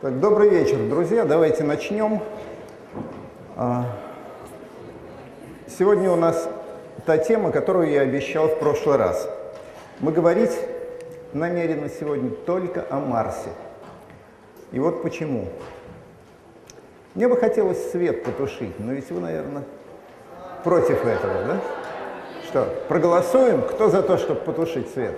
Так, добрый вечер, друзья. Давайте начнем. Сегодня у нас та тема, которую я обещал в прошлый раз. Мы говорить намерены сегодня только о Марсе. И вот почему. Мне бы хотелось свет потушить, но ведь вы, наверное, против этого, да? Что, проголосуем? Кто за то, чтобы потушить свет?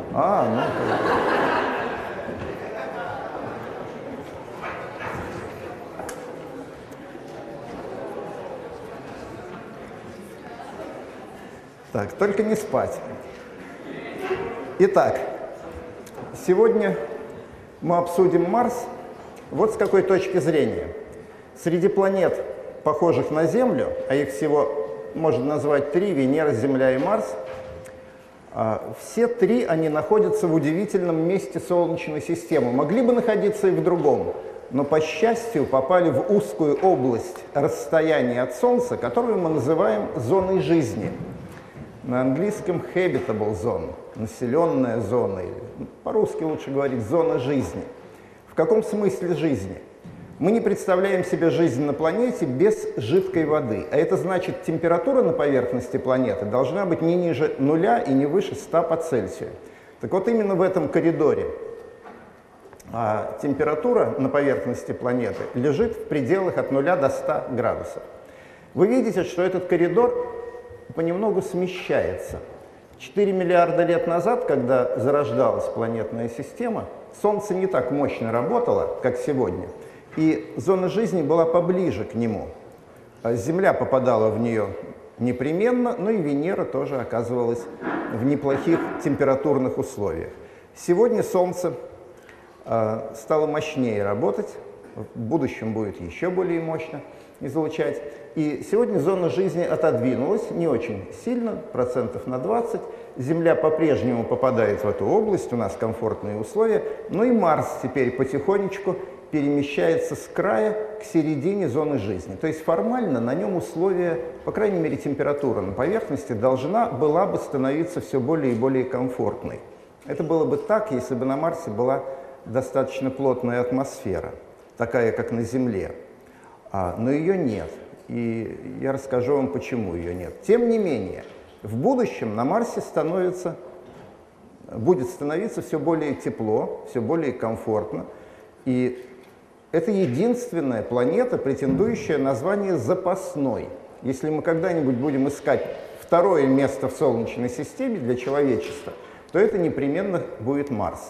Так, только не спать. Итак, сегодня мы обсудим Марс вот с какой точки зрения. Среди планет, похожих на Землю, а их всего можно назвать три: Венера, Земля и Марс, все три они находятся в удивительном месте Солнечной системы. Могли бы находиться и в другом, но, по счастью, попали в узкую область расстояния от Солнца, которую мы называем зоной жизни. На английском habitable zone, населенная зона, или по-русски лучше говорить зона жизни. В каком смысле жизни? Мы не представляем себе жизнь на планете без жидкой воды, а это значит, температура на поверхности планеты должна быть не ниже 0 и не выше 100 по Цельсию. Так вот, именно в этом коридоре температура на поверхности планеты лежит в пределах от 0 до 100 градусов. Вы видите, что этот коридор понемногу смещается. 4 миллиарда лет назад, когда зарождалась планетная система, Солнце не так мощно работало, как сегодня, и зона жизни была поближе к нему. Земля попадала в нее непременно, но и Венера тоже оказывалась в неплохих температурных условиях. Сегодня Солнце стало мощнее работать, в будущем будет еще более мощно излучать. И сегодня зона жизни отодвинулась не очень сильно, процентов на 20. Земля по-прежнему попадает в эту область, у нас комфортные условия, но и Марс теперь потихонечку перемещается с края к середине зоны жизни. То есть формально на нем условия, по крайней мере температура на поверхности, должна была бы становиться все более и более комфортной. Это было бы так, если бы на Марсе была достаточно плотная атмосфера, такая, как на Земле. Но ее нет. И я расскажу вам, почему ее нет. Тем не менее, в будущем на Марсе будет становиться все более тепло, все более комфортно. И это единственная планета, претендующая на звание запасной. Если мы когда-нибудь будем искать второе место в Солнечной системе для человечества, то это непременно будет Марс.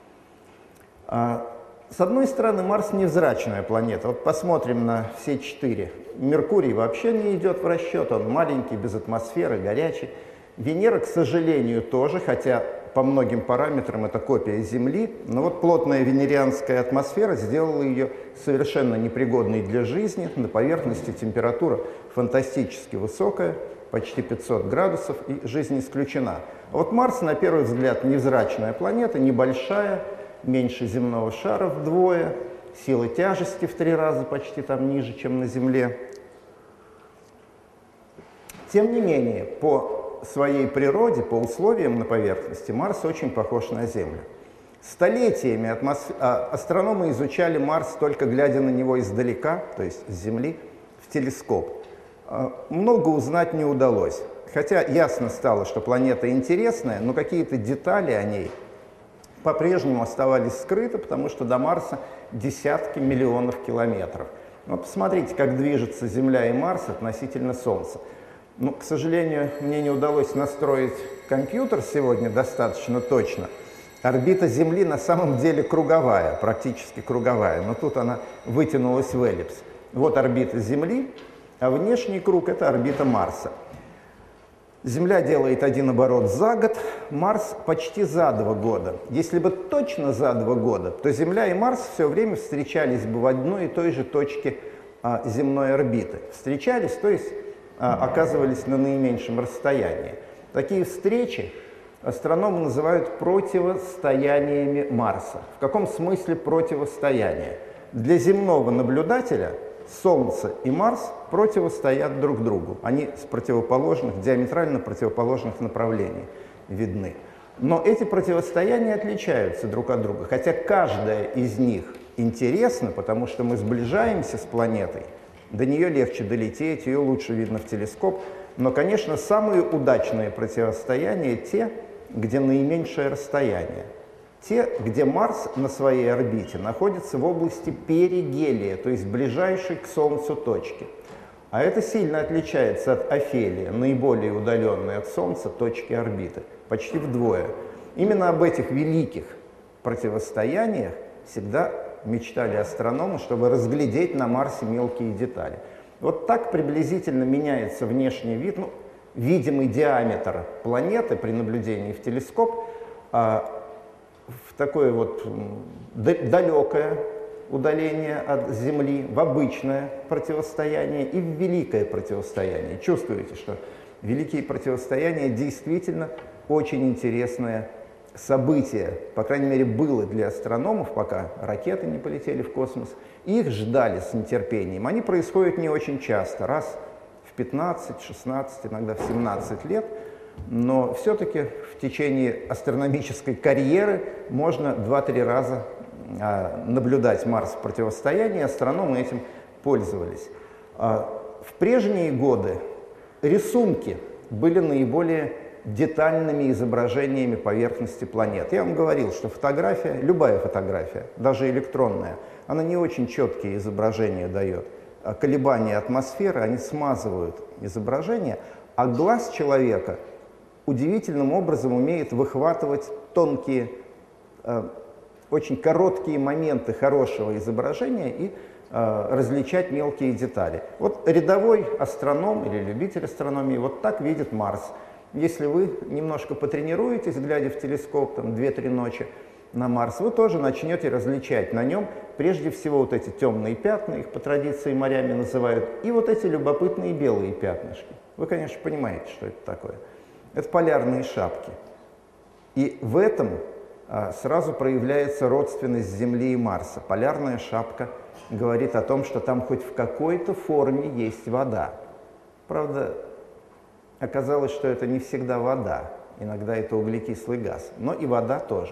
С одной стороны, Марс невзрачная планета. Вот посмотрим на все четыре. Меркурий вообще не идет в расчет, он маленький, без атмосферы, горячий. Венера, к сожалению, тоже, хотя по многим параметрам это копия Земли, но вот плотная венерианская атмосфера сделала ее совершенно непригодной для жизни. На поверхности температура фантастически высокая, почти 500 градусов, и жизнь исключена. А вот Марс, на первый взгляд, невзрачная планета, небольшая, меньше земного шара вдвое, сила тяжести в 3 раза почти там ниже, чем на Земле. Тем не менее, по своей природе, по условиям на поверхности, Марс очень похож на Землю. Столетиями астрономы изучали Марс, только глядя на него издалека, то есть с Земли, в телескоп. Много узнать не удалось. Хотя ясно стало, что планета интересная, но какие-то детали о ней по-прежнему оставались скрыты, потому что до Марса десятки миллионов километров. Вот посмотрите, как движется Земля и Марс относительно Солнца. Ну, к сожалению, мне не удалось настроить компьютер сегодня достаточно точно. Орбита Земли на самом деле круговая, практически круговая, но тут она вытянулась в эллипс. Вот орбита Земли, а внешний круг — это орбита Марса. Земля делает 1 оборот за год, Марс почти за 2 года. Если бы точно за 2 года, то Земля и Марс все время встречались бы в одной и той же точке земной орбиты. Встречались, то есть оказывались на наименьшем расстоянии. Такие встречи астрономы называют противостояниями Марса. В каком смысле противостояние? Для земного наблюдателя Солнце и Марс противостоят друг другу. Они с противоположных, диаметрально противоположных направлений видны. Но эти противостояния отличаются друг от друга, хотя каждое из них интересно, потому что мы сближаемся с планетой, до нее легче долететь, ее лучше видно в телескоп. Но, конечно, самые удачные противостояния те, где наименьшее расстояние. Те, где Марс на своей орбите находится в области перигелия, то есть ближайшей к Солнцу точки. А это сильно отличается от Офелия, наиболее удаленной от Солнца точки орбиты, почти вдвое. Именно об этих великих противостояниях всегда мечтали астрономы, чтобы разглядеть на Марсе мелкие детали. Вот так приблизительно меняется внешний вид, видимый диаметр планеты при наблюдении в телескоп, в такое вот далекое удаление от Земли, в обычное противостояние и в великое противостояние. Чувствуете, что великие противостояния действительно очень интересное событие, по крайней мере, было для астрономов, пока ракеты не полетели в космос. Их ждали с нетерпением. Они происходят не очень часто, раз в 15, 16, иногда в 17 лет, но все-таки в течение астрономической карьеры можно 2-3 раза наблюдать Марс в противостоянии, астрономы этим пользовались. В прежние годы рисунки были наиболее детальными изображениями поверхности планет. Я вам говорил, что фотография, любая фотография, даже электронная, она не очень четкие изображения дает. Колебания атмосферы, они смазывают изображение, а глаз человека удивительным образом умеет выхватывать тонкие, очень короткие моменты хорошего изображения и различать мелкие детали. Вот рядовой астроном или любитель астрономии вот так видит Марс. Если вы немножко потренируетесь, глядя в телескоп, там 2-3 ночи на Марс, вы тоже начнете различать на нем прежде всего вот эти темные пятна, их по традиции морями называют, и вот эти любопытные белые пятнышки. Вы, конечно, понимаете, что это такое. Это полярные шапки. И в этом сразу проявляется родственность Земли и Марса. Полярная шапка говорит о том, что там хоть в какой-то форме есть вода. Правда, оказалось, что это не всегда вода, иногда это углекислый газ, но и вода тоже.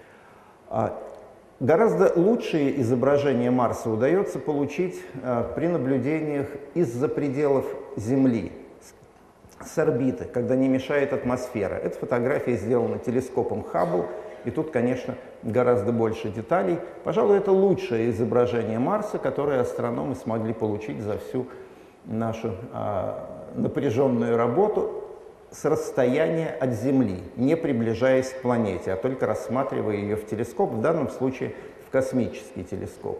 Гораздо лучшие изображения Марса удается получить при наблюдениях из-за пределов Земли, с орбиты, когда не мешает атмосфера. Эта фотография сделана телескопом Хаббл, и тут, конечно, гораздо больше деталей. Пожалуй, это лучшее изображение Марса, которое астрономы смогли получить за всю нашу напряженную работу с расстояния от Земли, не приближаясь к планете, а только рассматривая ее в телескоп, в данном случае в космический телескоп.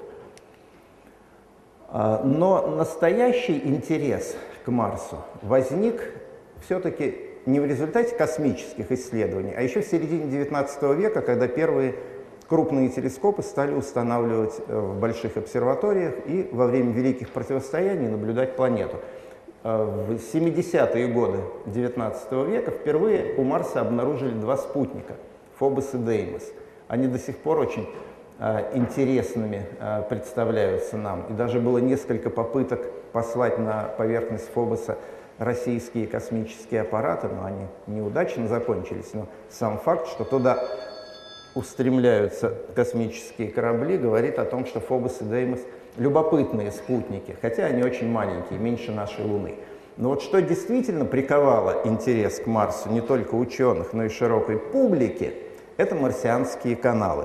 Но настоящий интерес к Марсу возник все-таки не в результате космических исследований, а еще в середине XIX века, когда первые крупные телескопы стали устанавливать в больших обсерваториях и во время великих противостояний наблюдать планету. В 70-е годы XIX века впервые у Марса обнаружили 2 спутника – Фобос и Деймос. Они до сих пор очень интересными представляются нам. И даже было несколько попыток послать на поверхность Фобоса российские космические аппараты, но они неудачно закончились. Но сам факт, что туда устремляются космические корабли, говорит о том, что Фобос и Деймос – любопытные спутники, хотя они очень маленькие, меньше нашей Луны. Но вот что действительно приковало интерес к Марсу не только ученых, но и широкой публики – это марсианские каналы.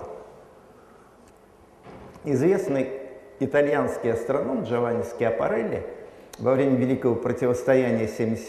Известный итальянский астроном Джованни Скиапарелли во время Великого противостояния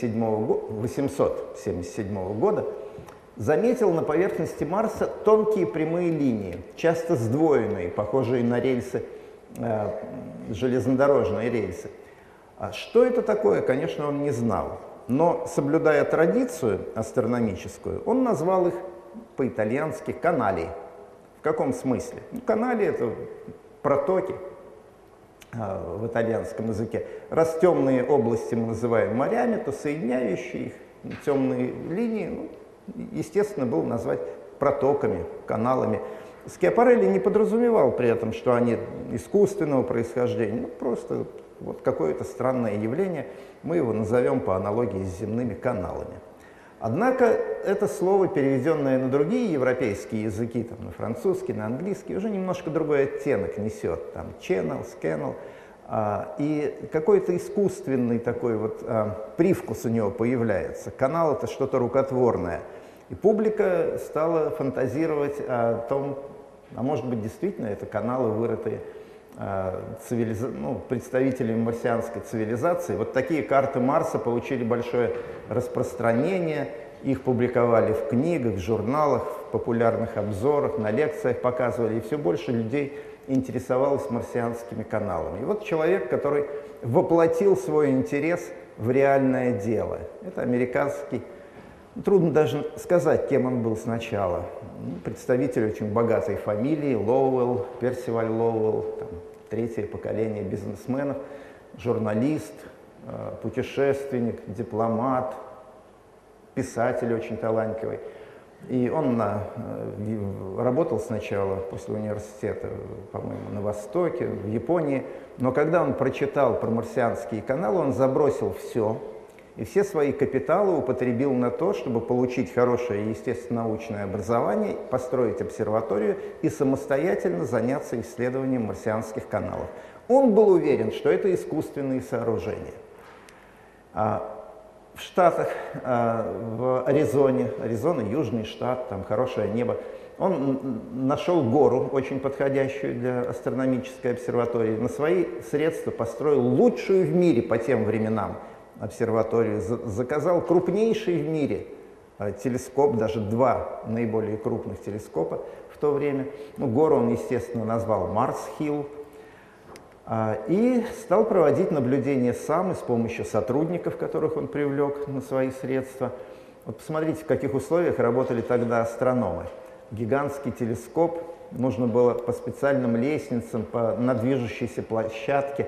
877 года заметил на поверхности Марса тонкие прямые линии, часто сдвоенные, похожие на рельсы, железнодорожные рельсы. Что это такое, конечно, он не знал, но, соблюдая традицию астрономическую, он назвал их по-итальянски «канали». В каком смысле? Канали — это протоки в итальянском языке. Раз темные области мы называем морями, то соединяющие их темные линии, естественно, было назвать протоками, каналами. Скиапарелли не подразумевал при этом, что они искусственного происхождения, просто вот какое-то странное явление, мы его назовем по аналогии с земными каналами. Однако это слово, переведенное на другие европейские языки, там, на французский, на английский, уже немножко другой оттенок несет. Там channel, scannel. И какой-то искусственный такой вот привкус у него появляется. Канал — это что-то рукотворное. И публика стала фантазировать о том, а может быть, действительно, это каналы, вырытые представителями марсианской цивилизации. Вот такие карты Марса получили большое распространение, их публиковали в книгах, в журналах, в популярных обзорах, на лекциях показывали, и все больше людей интересовалось марсианскими каналами. И вот человек, который воплотил свой интерес в реальное дело. Это американский, трудно даже сказать, кем он был сначала. Представитель очень богатой фамилии, Лоуэлл, Персиваль Лоуэлл, там, третье поколение бизнесменов, журналист, путешественник, дипломат, писатель очень талантливый. И он работал сначала после университета, по-моему, на Востоке, в Японии, но когда он прочитал про марсианские каналы, он забросил все, и все свои капиталы употребил на то, чтобы получить хорошее естественно-научное образование, построить обсерваторию и самостоятельно заняться исследованием марсианских каналов. Он был уверен, что это искусственные сооружения. В Штатах, в Аризоне, Аризона — южный штат, там хорошее небо, он нашел гору, очень подходящую для астрономической обсерватории, на свои средства построил лучшую в мире по тем временам обсерваторию, заказал крупнейший в мире телескоп, даже два наиболее крупных телескопа в то время. Ну, гору он, естественно, назвал Марс-Хилл. И стал проводить наблюдения сам и с помощью сотрудников, которых он привлек на свои средства. Вот посмотрите, в каких условиях работали тогда астрономы. Гигантский телескоп, нужно было по специальным лестницам, на движущейся площадке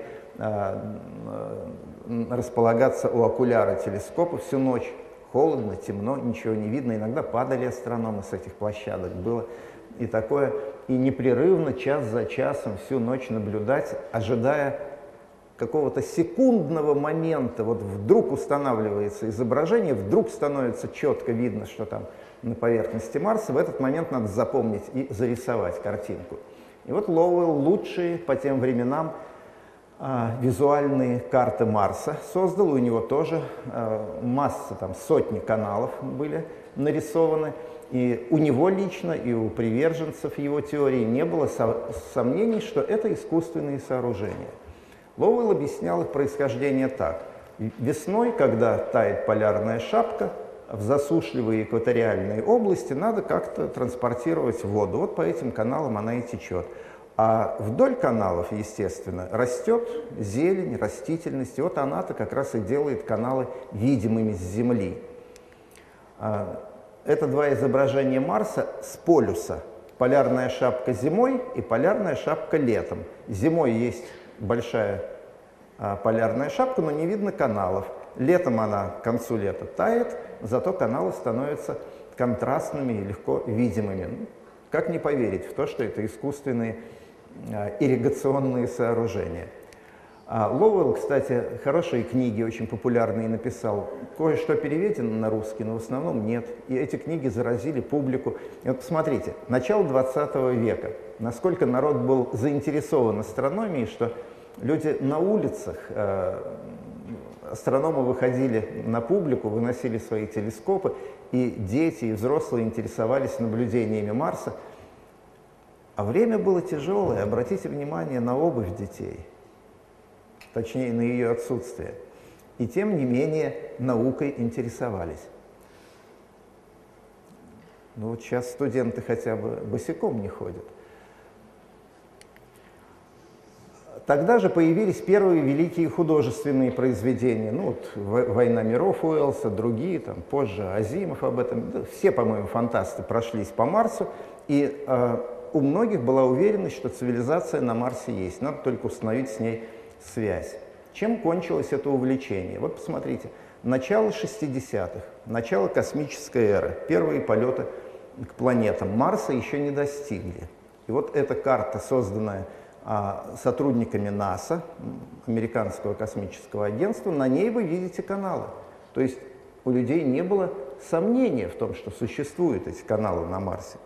располагаться у окуляра телескопа всю ночь. Холодно, темно, ничего не видно. Иногда падали астрономы с этих площадок. Было и такое, и непрерывно, час за часом, всю ночь наблюдать, ожидая какого-то секундного момента. Вот вдруг устанавливается изображение, вдруг становится четко видно, что там на поверхности Марса. В этот момент надо запомнить и зарисовать картинку. И вот Лоуэлл лучшие по тем временам визуальные карты Марса создал. У него тоже масса, там сотни каналов были нарисованы. И у него лично, и у приверженцев его теории не было сомнений, что это искусственные сооружения. Лоуэлл объяснял их происхождение так. Весной, когда тает полярная шапка, в засушливые экваториальные области надо как-то транспортировать воду. Вот по этим каналам она и течет. А вдоль каналов, естественно, растет зелень, растительность. И вот она-то как раз и делает каналы видимыми с Земли. Это два изображения Марса с полюса. Полярная шапка зимой и полярная шапка летом. Зимой есть большая полярная шапка, но не видно каналов. Летом она к концу лета тает, зато каналы становятся контрастными и легко видимыми. Ну, как не поверить в то, что это искусственные ирригационные сооружения. Лоуэлл, кстати, хорошие книги, очень популярные, написал. Кое-что переведено на русский, но в основном нет. И эти книги заразили публику. И вот посмотрите, начало 20 века. Насколько народ был заинтересован астрономией, что люди на улицах, астрономы выходили на публику, выносили свои телескопы, и дети, и взрослые интересовались наблюдениями Марса. А время было тяжелое. Обратите внимание на обувь детей. Точнее, на ее отсутствие. И тем не менее наукой интересовались. Ну вот сейчас студенты хотя бы босиком не ходят. Тогда же появились первые великие художественные произведения. Ну вот «Война миров» Уэллса, другие, там позже Азимов об этом. Да, все, по-моему, фантасты прошлись по Марсу. И у многих была уверенность, что цивилизация на Марсе есть. Надо только установить с ней связь. Чем кончилось это увлечение? Вот посмотрите, начало 60-х, начало космической эры, первые полеты к планетам Марса еще не достигли. И вот эта карта, созданная сотрудниками НАСА, Американского космического агентства, на ней вы видите каналы. То есть у людей не было сомнения в том, что существуют эти каналы на Марсе.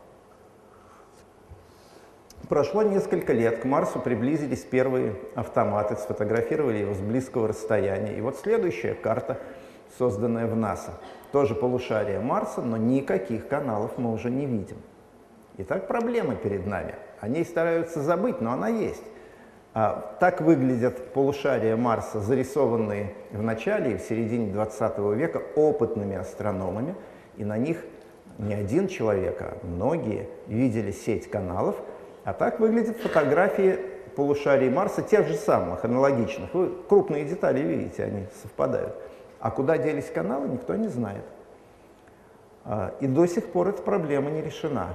Прошло несколько лет, к Марсу приблизились первые автоматы, сфотографировали его с близкого расстояния. И вот следующая карта, созданная в НАСА. Тоже полушарие Марса, но никаких каналов мы уже не видим. Итак, проблема перед нами. О ней стараются забыть, но она есть. Так выглядят полушария Марса, зарисованные в начале и в середине 20 века опытными астрономами. И на них не один человек, а многие видели сеть каналов. А так выглядят фотографии полушарий Марса, тех же самых, аналогичных. Вы крупные детали видите, они совпадают. А куда делись каналы, никто не знает. И до сих пор эта проблема не решена.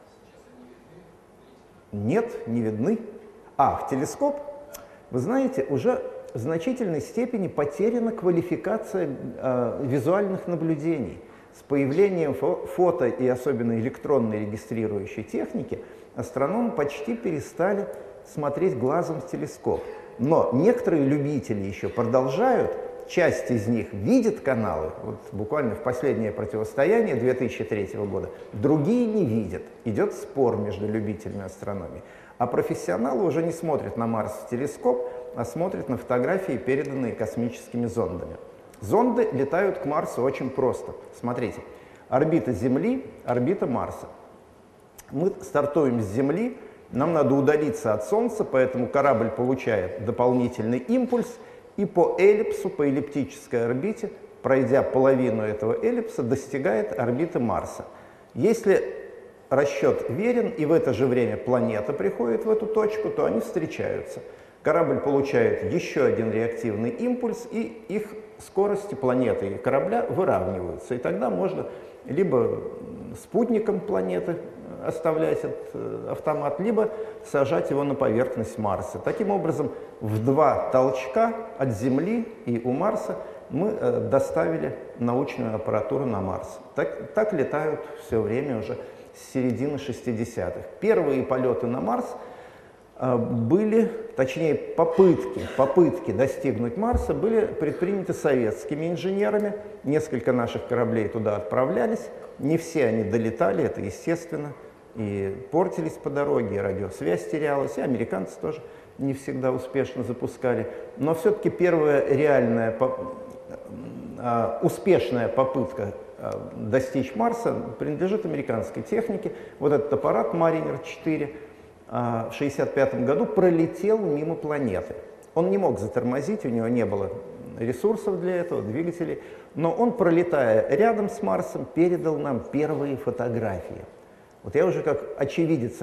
Нет, не видны. В телескоп, вы знаете, уже в значительной степени потеряна квалификация визуальных наблюдений. С появлением фото и особенно электронной регистрирующей техники астрономы почти перестали смотреть глазом в телескоп. Но некоторые любители еще продолжают, часть из них видит каналы, вот буквально в последнее противостояние 2003 года, другие не видят. Идет спор между любителями астрономии. А профессионалы уже не смотрят на Марс в телескоп, а смотрят на фотографии, переданные космическими зондами. Зонды летают к Марсу очень просто. Смотрите, орбита Земли, орбита Марса. Мы стартуем с Земли, нам надо удалиться от Солнца, поэтому корабль получает дополнительный импульс и по эллипсу, по эллиптической орбите, пройдя половину этого эллипса, достигает орбиты Марса. Если расчет верен, и в это же время планета приходит в эту точку, то они встречаются. Корабль получает еще один реактивный импульс, и их скорости планеты и корабля выравниваются. И тогда можно либо спутником планеты оставлять этот автомат, либо сажать его на поверхность Марса. Таким образом, в 2 толчка от Земли и у Марса мы доставили научную аппаратуру на Марс. Так летают все время уже с середины 60-х. Первые полеты на Марс были, точнее попытки достигнуть Марса были предприняты советскими инженерами. Несколько наших кораблей туда отправлялись. Не все они долетали, это естественно. И портились по дороге, и радиосвязь терялась, и американцы тоже не всегда успешно запускали. Но все-таки первая реальная, успешная попытка достичь Марса принадлежит американской технике. Вот этот аппарат Mariner 4 в 1965 году пролетел мимо планеты. Он не мог затормозить, у него не было ресурсов для этого, двигателей, но он, пролетая рядом с Марсом, передал нам первые фотографии. Вот я уже как очевидец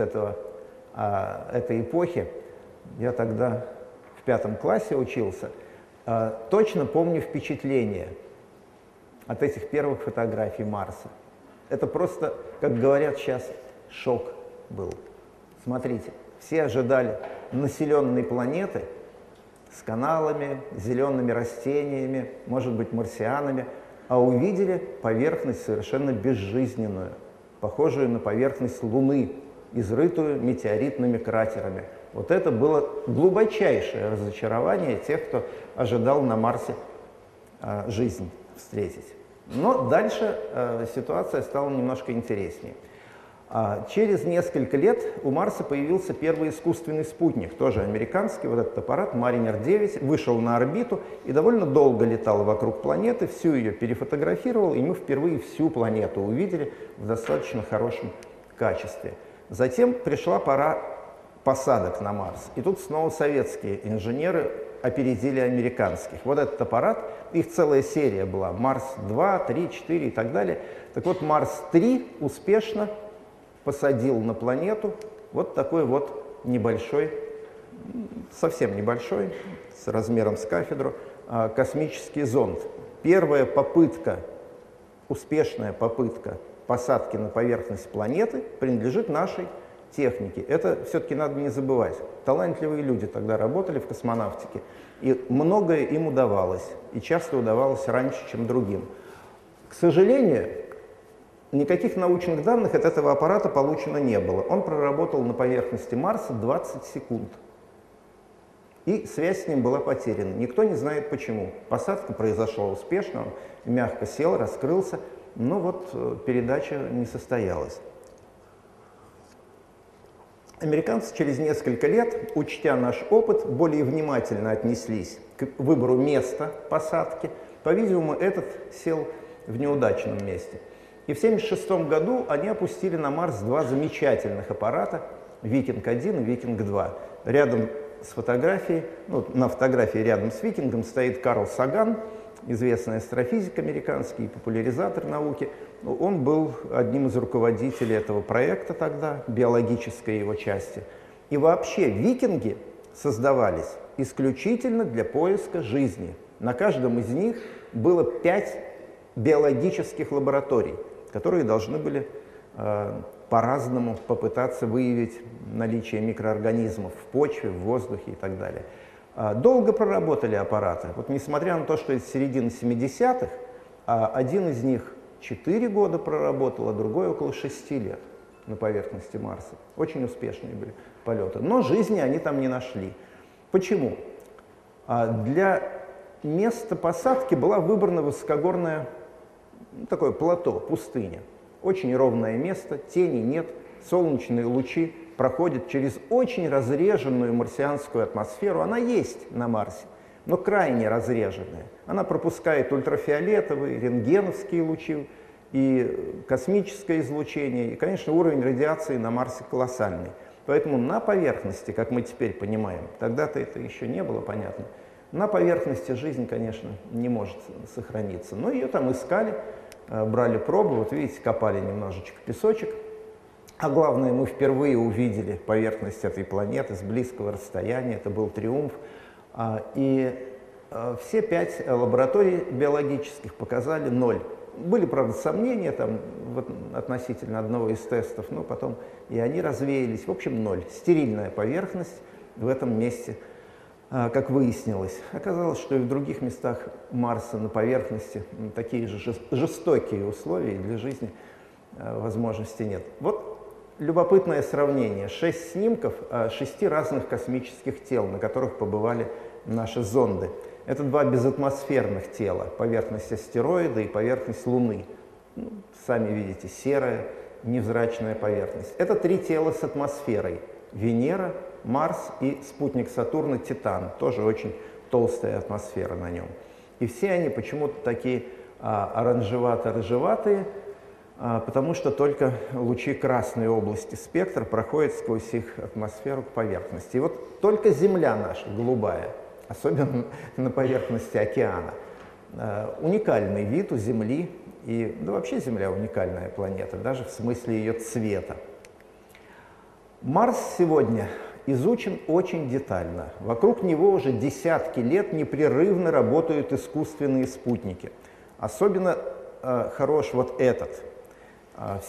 этой эпохи, я тогда в 5 классе учился, точно помню впечатление от этих первых фотографий Марса. Это просто, как говорят сейчас, шок был. Смотрите, все ожидали населенной планеты с каналами, зелеными растениями, может быть, марсианами, а увидели поверхность совершенно безжизненную, похожую на поверхность Луны, изрытую метеоритными кратерами. Вот это было глубочайшее разочарование тех, кто ожидал на Марсе жизнь встретить. Но дальше ситуация стала немножко интереснее. Через несколько лет у Марса появился первый искусственный спутник, тоже американский, вот этот аппарат Mariner 9, вышел на орбиту и довольно долго летал вокруг планеты, всю ее перефотографировал, и мы впервые всю планету увидели в достаточно хорошем качестве. Затем пришла пора посадок на Марс, и тут снова советские инженеры опередили американских. Вот этот аппарат, их целая серия была, Марс-2, 3, 4 и так далее. Так вот, Марс-3 успешно посадил на планету вот такой вот небольшой, совсем небольшой, с размером с кафедру, космический зонд. Первая попытка, успешная попытка посадки на поверхность планеты принадлежит нашей технике. Это все-таки надо не забывать. Талантливые люди тогда работали в космонавтике, и многое им удавалось, и часто удавалось раньше, чем другим. К сожалению, никаких научных данных от этого аппарата получено не было. Он проработал на поверхности Марса 20 секунд. И связь с ним была потеряна. Никто не знает почему. Посадка произошла успешно, он мягко сел, раскрылся, но вот передача не состоялась. Американцы через несколько лет, учтя наш опыт, более внимательно отнеслись к выбору места посадки. По-видимому, этот сел в неудачном месте. И в 1976 году они опустили на Марс два замечательных аппарата «Викинг-1» и «Викинг-2». Рядом с фотографией, ну, на фотографии рядом с «Викингом» стоит Карл Саган, известный астрофизик американский, популяризатор науки. Он был одним из руководителей этого проекта тогда, биологической его части. И вообще «Викинги» создавались исключительно для поиска жизни. На каждом из них было 5 биологических лабораторий, которые должны были по-разному попытаться выявить наличие микроорганизмов в почве, в воздухе и так далее. Долго проработали аппараты. Вот несмотря на то, что это середина 70-х, один из них 4 года проработал, а другой около 6 лет на поверхности Марса. Очень успешные были полеты. Но жизни они там не нашли. Почему? Для места посадки была выбрана высокогорное такое плато, пустыня. Очень ровное место, тени нет, солнечные лучи проходят через очень разреженную марсианскую атмосферу. Она есть на Марсе, но крайне разреженная. Она пропускает ультрафиолетовые, рентгеновские лучи и космическое излучение. И, конечно, уровень радиации на Марсе колоссальный. Поэтому на поверхности, как мы теперь понимаем, тогда-то это еще не было понятно, на поверхности жизнь, конечно, не может сохраниться. Но ее там искали, брали пробы, вот видите, копали немножечко песочек. А главное, мы впервые увидели поверхность этой планеты с близкого расстояния, это был триумф. И все 5 лабораторий биологических показали 0. Были, правда, сомнения там, относительно одного из тестов, но потом и они развеялись. В общем, 0. Стерильная поверхность в этом месте, как выяснилось. Оказалось, что и в других местах Марса на поверхности такие же жестокие условия, и для жизни возможности нет. Вот любопытное сравнение. 6 снимков 6 разных космических тел, на которых побывали наши зонды. Это 2 безатмосферных тела, поверхность астероида и поверхность Луны. Ну, сами видите, серая, невзрачная поверхность. Это 3 тела с атмосферой. Венера, Марс и спутник Сатурна Титан. Тоже очень толстая атмосфера на нем. И все они почему-то такие оранжевато-рыжеватые, потому что только лучи красной области спектра проходят сквозь их атмосферу к поверхности. И вот только Земля наша, голубая, особенно на поверхности океана. Уникальный вид у Земли, и да, вообще Земля уникальная планета, даже в смысле ее цвета. Марс сегодня изучен очень детально. Вокруг него уже десятки лет непрерывно работают искусственные спутники. Особенно хорош вот этот. В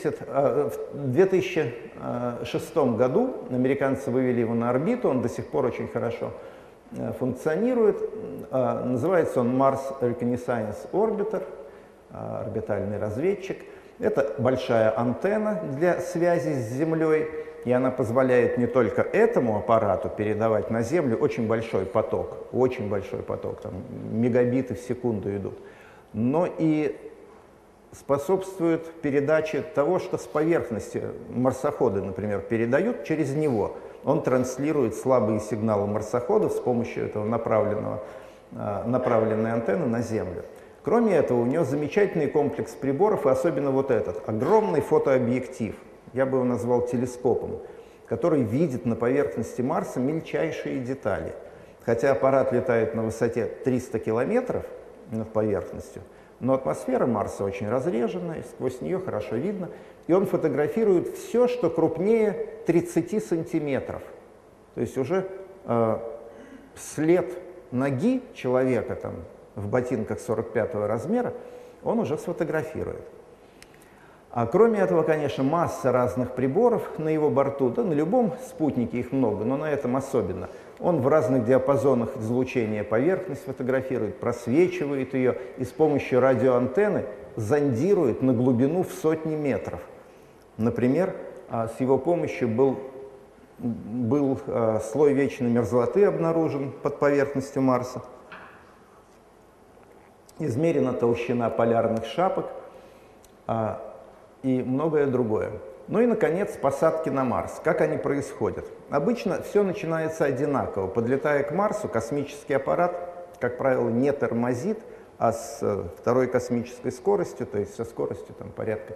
2006 году американцы вывели его на орбиту, он до сих пор очень хорошо функционирует. Называется он Mars Reconnaissance Orbiter, орбитальный разведчик. Это большая антенна для связи с Землей, и она позволяет не только этому аппарату передавать на Землю очень большой поток, там мегабиты в секунду идут, но и способствует передаче того, что с поверхности марсоходы, например, передают через него. Он транслирует слабые сигналы марсоходов с помощью этого направленной антенны на Землю. Кроме этого, у него замечательный комплекс приборов, и особенно вот этот, огромный фотообъектив, я бы его назвал телескопом, который видит на поверхности Марса мельчайшие детали. Хотя аппарат летает на высоте 300 километров над поверхностью, но атмосфера Марса очень разреженная, сквозь нее хорошо видно, и он фотографирует все, что крупнее 30 сантиметров. То есть уже след ноги человека там, в ботинках 45-го размера он уже сфотографирует. А кроме этого, конечно, масса разных приборов на его борту, да, на любом спутнике их много, но на этом особенно. Он в разных диапазонах излучения поверхность фотографирует, просвечивает ее и с помощью радиоантенны зондирует на глубину в сотни метров. Например, с его помощью был слой вечной мерзлоты обнаружен под поверхностью Марса. Измерена толщина полярных шапок. и многое другое. Ну и, наконец, посадки на Марс. Как они происходят? Обычно все начинается одинаково. Подлетая к Марсу, космический аппарат, как правило, не тормозит, а с второй космической скоростью, то есть со скоростью там, порядка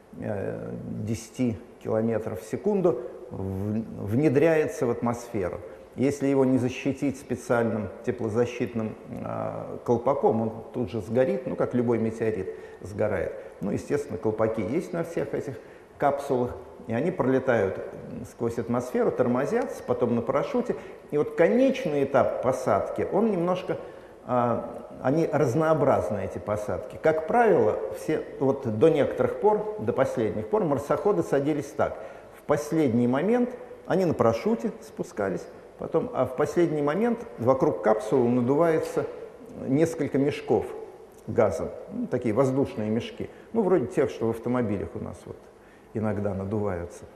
10 километров в секунду, внедряется в атмосферу. Если его не защитить специальным теплозащитным колпаком, он тут же сгорит, ну, как любой метеорит сгорает. Ну, естественно, колпаки есть на всех этих капсулах, и они пролетают сквозь атмосферу, тормозятся, потом на парашюте. И вот конечный этап посадки, он немножко, они разнообразны, эти посадки. Как правило, вот до некоторых пор, до последних пор, марсоходы садились так. В последний момент они на парашюте спускались, потом, а в последний момент вокруг капсулы надувается несколько мешков газом, ну, такие воздушные мешки, ну, вроде тех, что в автомобилях у нас вот иногда надуваются,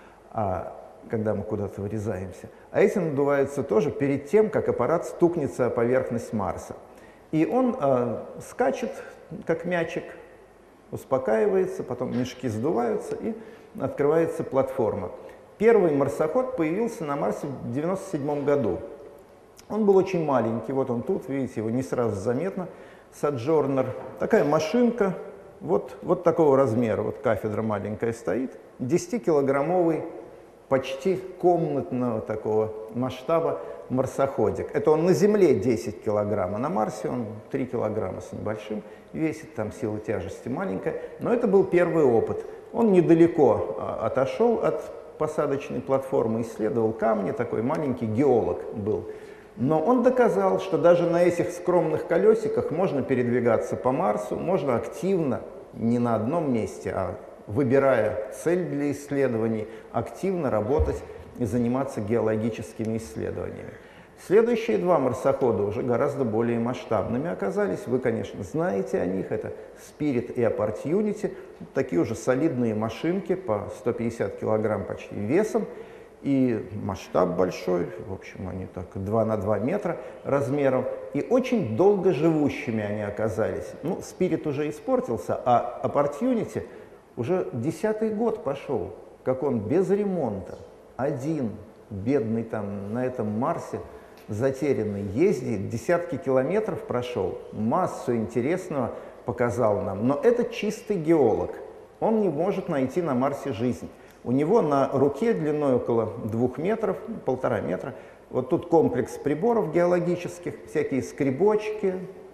когда мы куда-то вырезаемся. А эти надуваются тоже перед тем, как аппарат стукнется о поверхность Марса. И он скачет, как мячик, успокаивается, потом мешки сдуваются, и открывается платформа. Первый марсоход появился на Марсе в 1997 году. Он был очень маленький, вот он тут, видите, его не сразу заметно. Соджорнер, такая машинка, вот такого размера, вот кафедра маленькая стоит, 10-килограммовый, почти комнатного такого масштаба марсоходик. Это он на Земле 10 килограмм, а на Марсе он 3 килограмма с небольшим весит, там сила тяжести маленькая. Но это был первый опыт. Он недалеко отошел от посадочной платформы, исследовал камни, такой маленький геолог был. Но он доказал, что даже на этих скромных колесиках можно передвигаться по Марсу, можно активно, не на одном месте, а выбирая цель для исследований, активно работать и заниматься геологическими исследованиями. Следующие два марсохода уже гораздо более масштабными оказались. Вы, конечно, знаете о них. Это Spirit и Opportunity. Такие уже солидные машинки по 150 килограмм почти весом. И масштаб большой, в общем, они так 2 на 2 метра размером, и очень долго живущими они оказались. Ну, Spirit уже испортился, а Opportunity уже 10-й год пошел, как он без ремонта, один, бедный там на этом Марсе, затерянный, ездит, десятки километров прошел, массу интересного показал нам. Но это чистый геолог, он не может найти на Марсе жизнь. У него на руке длиной около 2 метров, 1,5 метра, вот тут комплекс приборов геологических, всякие скребочки,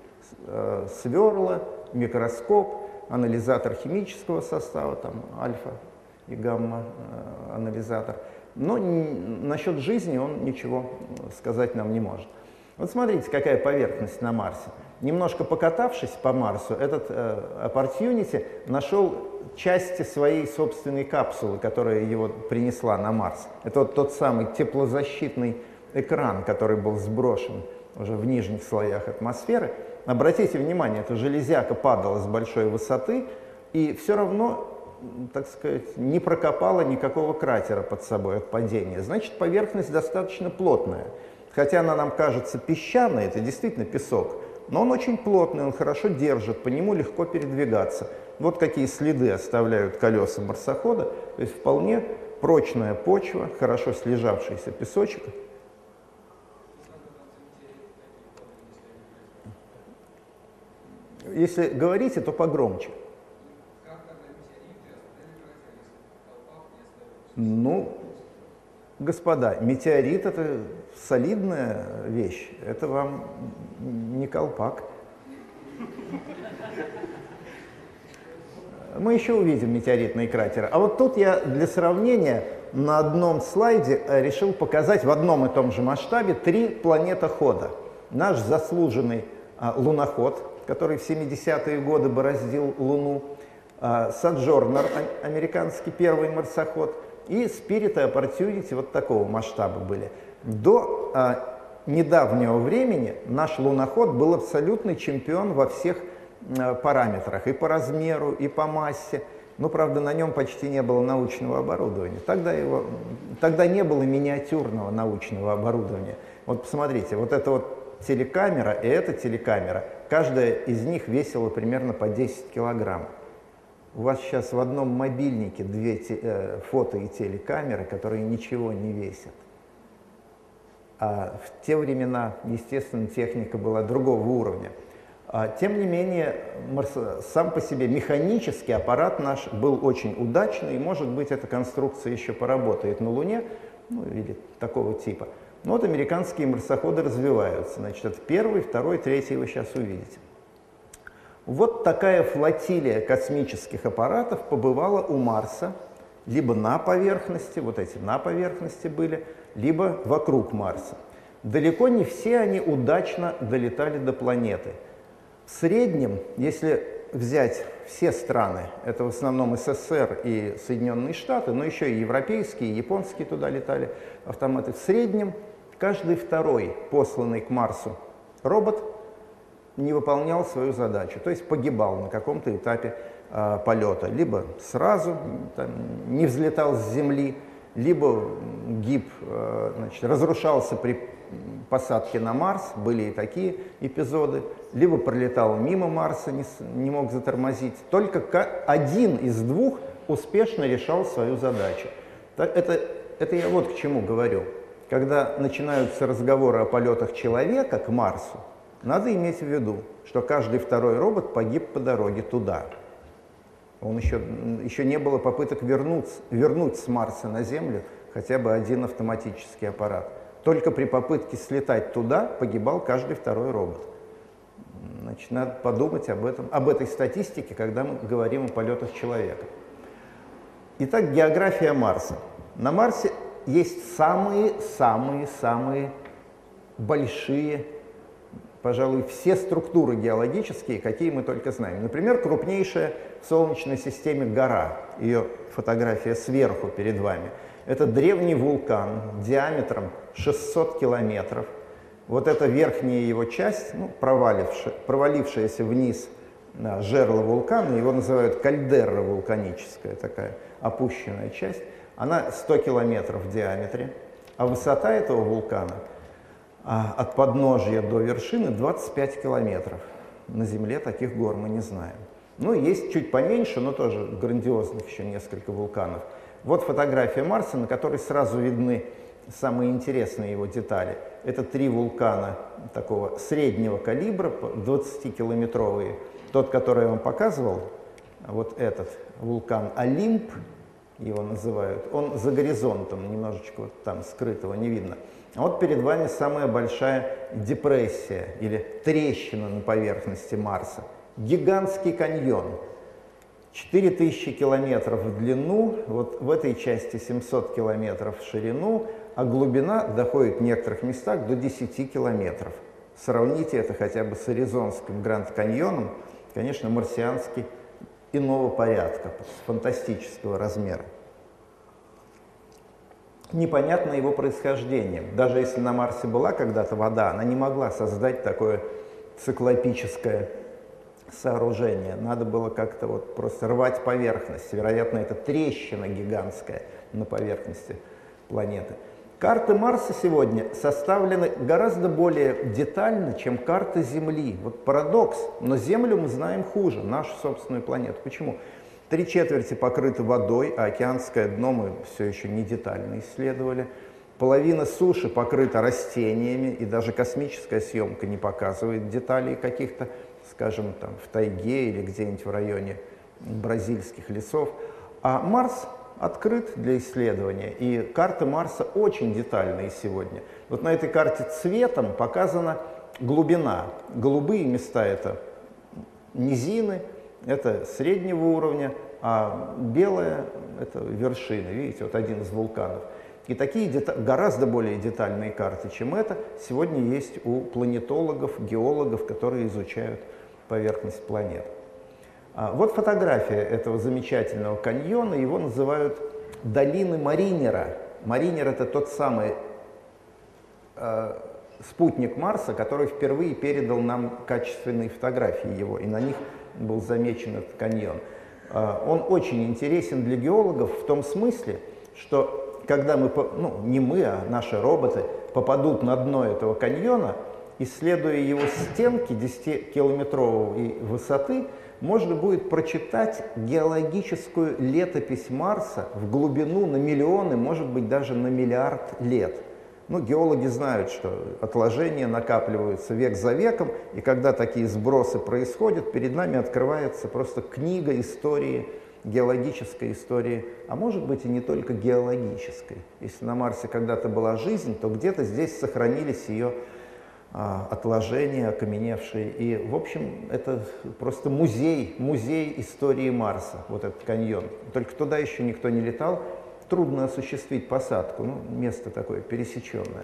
сверла, микроскоп, анализатор химического состава, там альфа и гамма анализатор. Но насчет жизни он ничего сказать нам не может. Вот смотрите, какая поверхность на Марсе. Немножко покатавшись по Марсу, этот Opportunity нашел части своей собственной капсулы, которая его принесла на Марс. Это вот тот самый теплозащитный экран, который был сброшен уже в нижних слоях атмосферы. Обратите внимание, эта железяка падала с большой высоты и все равно, так сказать, не прокопала никакого кратера под собой от падения. Значит, поверхность достаточно плотная. Хотя она нам кажется песчаной, это действительно песок, но он очень плотный, он хорошо держит, по нему легко передвигаться. Вот какие следы оставляют колеса марсохода, то есть вполне прочная почва, хорошо слежавшийся песочек. Если говорите, то погромче. Ну, господа, метеорит — это солидная вещь, это вам не колпак. Мы еще увидим метеоритные кратеры. А вот тут я для сравнения на одном слайде решил показать в одном и том же масштабе 3 планетохода. Наш заслуженный луноход, который в 70-е годы бороздил Луну, Sojourner, американский первый марсоход, и Spirit и Opportunity вот такого масштаба были. До недавнего времени наш луноход был абсолютный чемпион во всех параметрах, и по размеру, и по массе. Но, правда, на нем почти не было научного оборудования. Тогда не было миниатюрного научного оборудования. Вот посмотрите, вот эта вот телекамера и эта телекамера, каждая из них весила примерно по 10 килограмм. У вас сейчас в одном мобильнике две фото и телекамеры, которые ничего не весят. А в те времена, естественно, техника была другого уровня. Тем не менее, сам по себе механический аппарат наш был очень удачный, и, может быть, эта конструкция еще поработает на Луне, ну, или такого типа. Но вот американские марсоходы развиваются. Значит, это первый, второй, третий вы сейчас увидите. Вот такая флотилия космических аппаратов побывала у Марса, либо на поверхности, вот эти на поверхности были, либо вокруг Марса. Далеко не все они удачно долетали до планеты. В среднем, если взять все страны, это в основном СССР и Соединенные Штаты, но еще и европейские, и японские туда летали автоматы, в среднем каждый второй посланный к Марсу робот не выполнял свою задачу, то есть погибал на каком-то этапе полета. Либо сразу там, не взлетал с Земли, либо гиб, значит, разрушался при посадке на Марс, были и такие эпизоды, либо пролетал мимо Марса, не мог затормозить. Только один из двух успешно решал свою задачу. Это я вот к чему говорю. Когда начинаются разговоры о полетах человека к Марсу, надо иметь в виду, что каждый второй робот погиб по дороге туда. Еще не было попыток вернуть с Марса на Землю хотя бы один автоматический аппарат. Только при попытке слетать туда погибал каждый второй робот. Значит, надо подумать об этой статистике, когда мы говорим о полетах человека. Итак, география Марса. На Марсе есть самые-самые-самые большие, пожалуй, все структуры геологические, какие мы только знаем. Например, крупнейшая в Солнечной системе гора, ее фотография сверху перед вами. Это древний вулкан диаметром 600 километров. Вот эта верхняя его часть, ну, провалившаяся вниз жерло вулкана, его называют кальдера вулканическая, такая опущенная часть, она 100 километров в диаметре, а высота этого вулкана от подножья до вершины 25 километров. На Земле таких гор мы не знаем. Ну, есть чуть поменьше, но тоже грандиозных еще несколько вулканов. Вот фотография Марса, на которой сразу видны самые интересные его детали. Это 3 вулкана такого среднего калибра, 20-километровые. Тот, который я вам показывал, вот этот вулкан Олимп, его называют, он за горизонтом, немножечко вот там скрытого не видно. А вот перед вами самая большая депрессия или трещина на поверхности Марса. Гигантский каньон. 4000 километров в длину, вот в этой части 700 километров в ширину, а глубина доходит в некоторых местах до 10 километров. Сравните это хотя бы с Аризонским Гранд-каньоном, конечно, марсианский иного порядка, фантастического размера. Непонятно его происхождение. Даже если на Марсе была когда-то вода, она не могла создать такое циклопическое сооружение. Надо было как-то вот просто рвать поверхность. Вероятно, это трещина гигантская на поверхности планеты. Карты Марса сегодня составлены гораздо более детально, чем карты Земли. Вот парадокс, но Землю мы знаем хуже, нашу собственную планету. Почему? 3/4 покрыты водой, а океанское дно мы все еще не детально исследовали. Половина суши покрыта растениями, и даже космическая съемка не показывает деталей каких-то, скажем, там в тайге или где-нибудь в районе бразильских лесов. А Марс открыт для исследования, и карты Марса очень детальные сегодня. Вот на этой карте цветом показана глубина. Голубые места — это низины, это среднего уровня, а белое — это вершины. Видите, вот один из вулканов. И такие гораздо более детальные карты, чем это, сегодня есть у планетологов, геологов, которые изучают поверхность планет. Вот фотография этого замечательного каньона, его называют долины Маринера. Маринер — это тот самый спутник Марса, который впервые передал нам качественные фотографии его, и на них был замечен этот каньон. Он очень интересен для геологов в том смысле, что когда мы, ну не мы, а наши роботы попадут на дно этого каньона, исследуя его стенки 10-километровой высоты, можно будет прочитать геологическую летопись Марса в глубину на миллионы, может быть, даже на миллиард лет. Ну, геологи знают, что отложения накапливаются век за веком, и когда такие сбросы происходят, перед нами открывается просто книга истории, геологической истории, а может быть и не только геологической. Если на Марсе когда-то была жизнь, то где-то здесь сохранились ее отложения, окаменевшие. И, в общем, это просто музей истории Марса, вот этот каньон. Только туда еще никто не летал. Трудно осуществить посадку, ну, место такое пересеченное.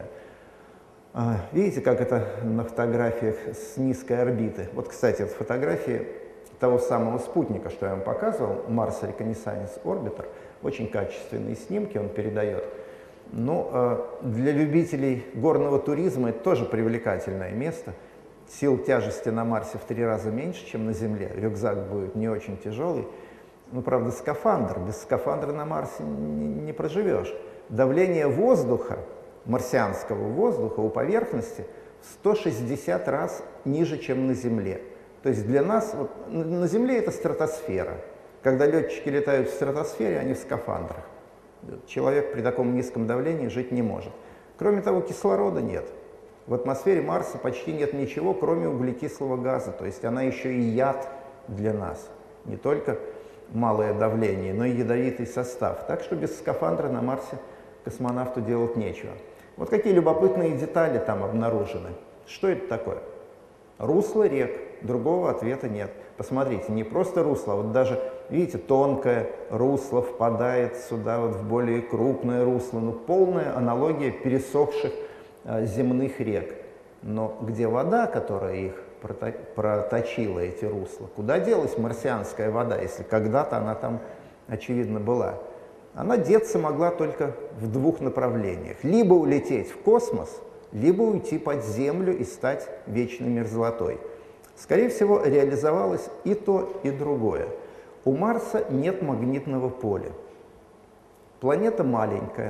Видите, как это на фотографиях с низкой орбиты? Вот, кстати, это фотографии того самого спутника, что я вам показывал, Mars Reconnaissance Orbiter. Очень качественные снимки он передает. Но для любителей горного туризма это тоже привлекательное место. Сил тяжести на Марсе в 3 раза меньше, чем на Земле. Рюкзак будет не очень тяжелый. Ну, правда, скафандр. Без скафандра на Марсе не проживешь. Давление воздуха, марсианского воздуха у поверхности в 160 раз ниже, чем на Земле. То есть для нас, вот, на Земле это стратосфера. Когда летчики летают в стратосфере, они в скафандрах. Человек при таком низком давлении жить не может. Кроме того, кислорода нет. В атмосфере Марса почти нет ничего, кроме углекислого газа. То есть она еще и яд для нас. Не только малое давление, но и ядовитый состав. Так что без скафандра на Марсе космонавту делать нечего. Вот какие любопытные детали там обнаружены. Что это такое? Русло рек. Другого ответа нет. Посмотрите, не просто русло, а вот даже, видите, тонкое русло впадает сюда вот в более крупное русло. Ну, полная аналогия пересохших земных рек. Но где вода, которая их проточила, эти русла? Куда делась марсианская вода, если когда-то она там, очевидно, была? Она деться могла только в 2 направлениях. Либо улететь в космос, либо уйти под землю и стать вечной мерзлотой. Скорее всего, реализовалось и то, и другое. У Марса нет магнитного поля. Планета маленькая.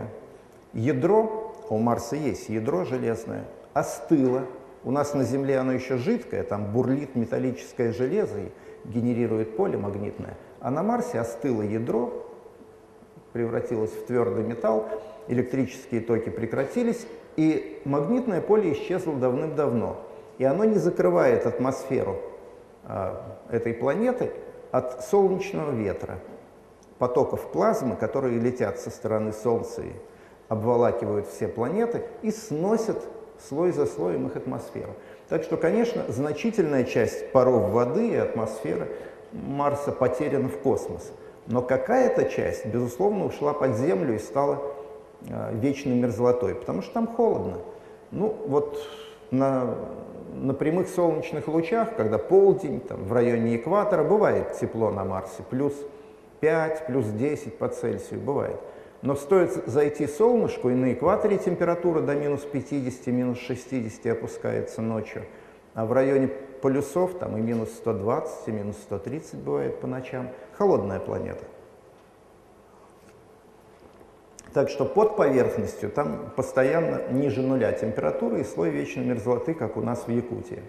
Ядро, у Марса есть ядро железное, остыло. У нас на Земле оно еще жидкое, там бурлит металлическое железо и генерирует поле магнитное. А на Марсе остыло ядро, превратилось в твердый металл, электрические токи прекратились, и магнитное поле исчезло давным-давно. И оно не закрывает атмосферу этой планеты от солнечного ветра, потоков плазмы, которые летят со стороны Солнца и обволакивают все планеты и сносят слой за слоем их атмосферу. Так что, конечно, значительная часть паров воды и атмосферы Марса потеряна в космос. Но какая-то часть, безусловно, ушла под Землю и стала вечной мерзлотой, потому что там холодно. Ну, вот на прямых солнечных лучах, когда полдень, там, в районе экватора, бывает тепло на Марсе, плюс 5, плюс 10 по Цельсию, бывает. Но стоит зайти солнышку, и на экваторе температура до минус 50, минус 60 опускается ночью, а в районе полюсов там и минус 120, и минус 130 бывает по ночам. Холодная планета. Так что под поверхностью там постоянно ниже нуля температура и слой вечной мерзлоты, как у нас в Якутии.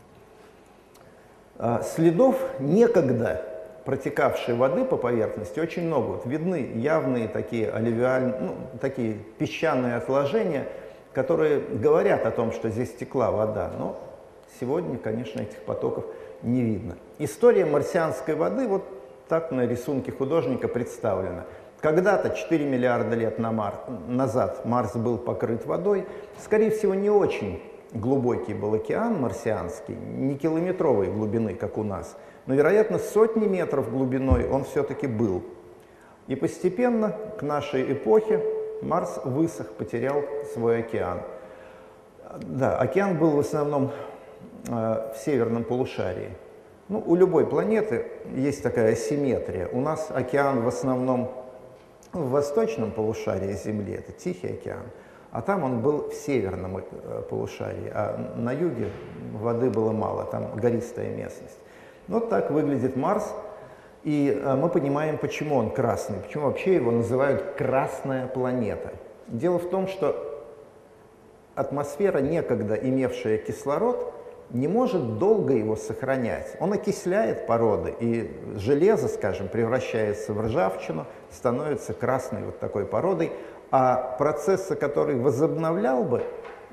Следов некогда протекавшей воды по поверхности очень много. Вот видны явные такие аллювиальные, ну, такие песчаные отложения, которые говорят о том, что здесь текла вода. Но сегодня, конечно, этих потоков не видно. История марсианской воды вот так на рисунке художника представлена. Когда-то, 4 миллиарда лет назад, Марс был покрыт водой. Скорее всего, не очень глубокий был океан марсианский, не километровой глубины, как у нас, но, вероятно, сотни метров глубиной он все-таки был. И постепенно, к нашей эпохе, Марс высох, потерял свой океан. Да, океан был в основном в северном полушарии. Ну, у любой планеты есть такая асимметрия. У нас океан в основном в восточном полушарии Земли, это Тихий океан, а там он был в северном полушарии, а на юге воды было мало, там гористая местность. Вот так выглядит Марс, и мы понимаем, почему он красный, почему вообще его называют «красная планета». Дело в том, что атмосфера, некогда имевшая кислород, не может долго его сохранять. Он окисляет породы, и железо, скажем, превращается в ржавчину, становится красной вот такой породой, а процессы, который возобновлял бы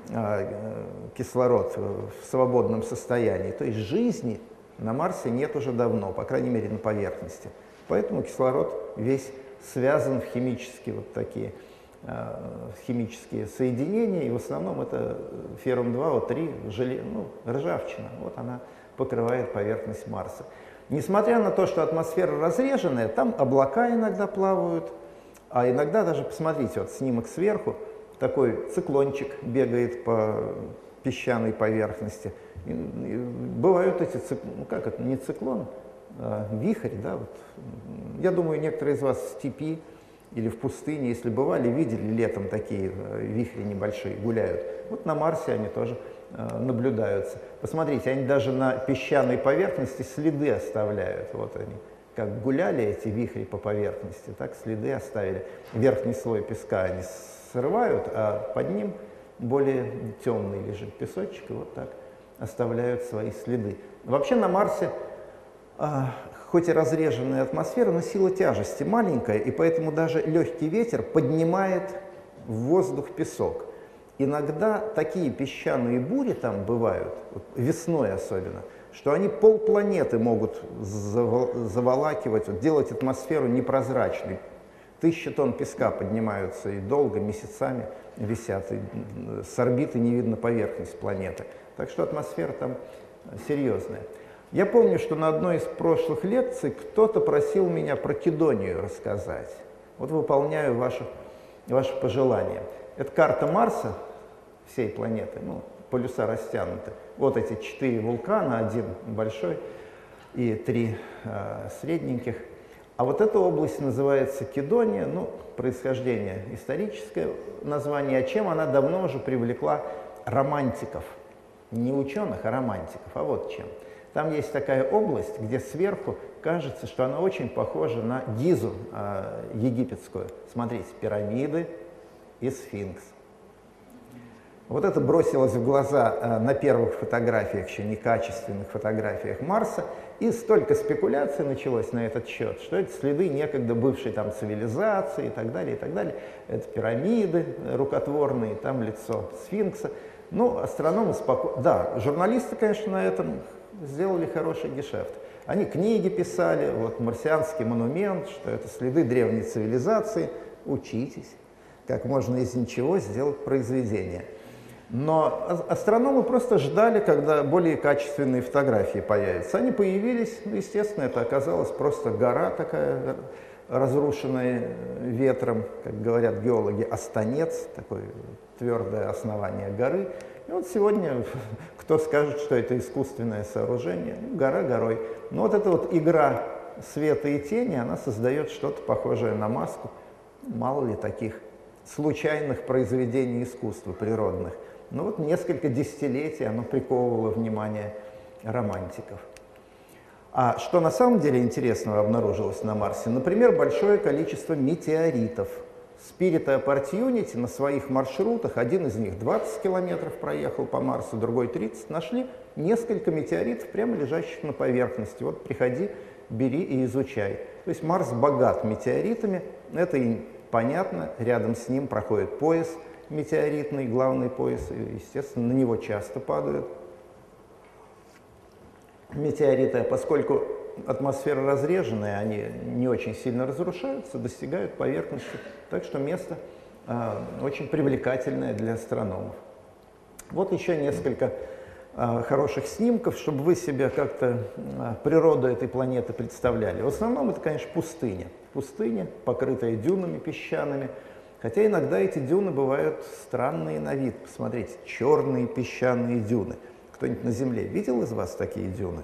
кислород в свободном состоянии, то есть жизни на Марсе нет уже давно, по крайней мере на поверхности. Поэтому кислород весь связан в химические вот такие химические соединения, и в основном это феррум-2, О3, ржавчина. Вот она покрывает поверхность Марса. Несмотря на то, что атмосфера разреженная, там облака иногда плавают, а иногда даже, посмотрите, вот снимок сверху, такой циклончик бегает по песчаной поверхности. И бывают эти не циклон, а вихрь, да, вот. Я думаю, некоторые из вас в степи или в пустыне, если бывали, видели летом такие вихри небольшие, гуляют. Вот на Марсе они тоже наблюдаются. Посмотрите, они даже на песчаной поверхности следы оставляют. Вот они, как гуляли эти вихри по поверхности, так следы оставили. Верхний слой песка они срывают, а под ним более темный лежит песочек, и вот так оставляют свои следы. Вообще на Марсе хоть и разреженная атмосфера, но сила тяжести маленькая, и поэтому даже легкий ветер поднимает в воздух песок. Иногда такие песчаные бури там бывают, вот весной особенно, что они полпланеты могут заволакивать, вот, делать атмосферу непрозрачной. 1000 тонн песка поднимаются и долго, месяцами висят, и с орбиты не видно поверхность планеты. Так что атмосфера там серьезная. Я помню, что на одной из прошлых лекций кто-то просил меня про Кедонию рассказать. Вот выполняю ваше пожелание. Это карта Марса, всей планеты, полюса растянуты. Вот эти 4 вулкана, один большой и 3 средненьких. А вот эта область называется Кедония, происхождение историческое название, а чем она давно уже привлекла романтиков. Не ученых, а романтиков. А вот чем. Там есть такая область, где сверху кажется, что она очень похожа на Гизу египетскую. Смотрите, пирамиды и сфинкс. Вот это бросилось в глаза на первых фотографиях, еще некачественных фотографиях Марса, и столько спекуляций началось на этот счет, что это следы некогда бывшей там цивилизации и так далее, и так далее. Это пирамиды рукотворные, там лицо сфинкса. Астрономы спокойно... Да, журналисты, конечно, на этом сделали хороший гешефт. Они книги писали, вот «Марсианский монумент», что это следы древней цивилизации. Учитесь, как можно из ничего сделать произведение. Но астрономы просто ждали, когда более качественные фотографии появятся. Они появились, естественно, это оказалась просто гора такая, разрушенная ветром, как говорят геологи, останец, такое твердое основание горы. И вот сегодня кто скажет, что это искусственное сооружение? Гора горой. Но вот эта вот игра света и тени, она создает что-то похожее на маску. Мало ли таких случайных произведений искусства природных. Но вот несколько десятилетий оно приковывало внимание романтиков. А что на самом деле интересного обнаружилось на Марсе? Например, большое количество метеоритов. Spirit и Opportunity на своих маршрутах, один из них 20 километров проехал по Марсу, другой 30, нашли несколько метеоритов, прямо лежащих на поверхности. Вот приходи, бери и изучай. То есть Марс богат метеоритами, это и понятно, рядом с ним проходит пояс метеоритный, главный пояс, и, естественно, на него часто падают метеориты, поскольку атмосфера разреженная, они не очень сильно разрушаются, достигают поверхности, так что место очень привлекательное для астрономов. Вот еще несколько хороших снимков, чтобы вы себе как-то природу этой планеты представляли. В основном это, конечно, пустыня. Пустыня, покрытая дюнами песчаными, хотя иногда эти дюны бывают странные на вид. Посмотрите, черные песчаные дюны. Кто-нибудь на Земле видел из вас такие дюны?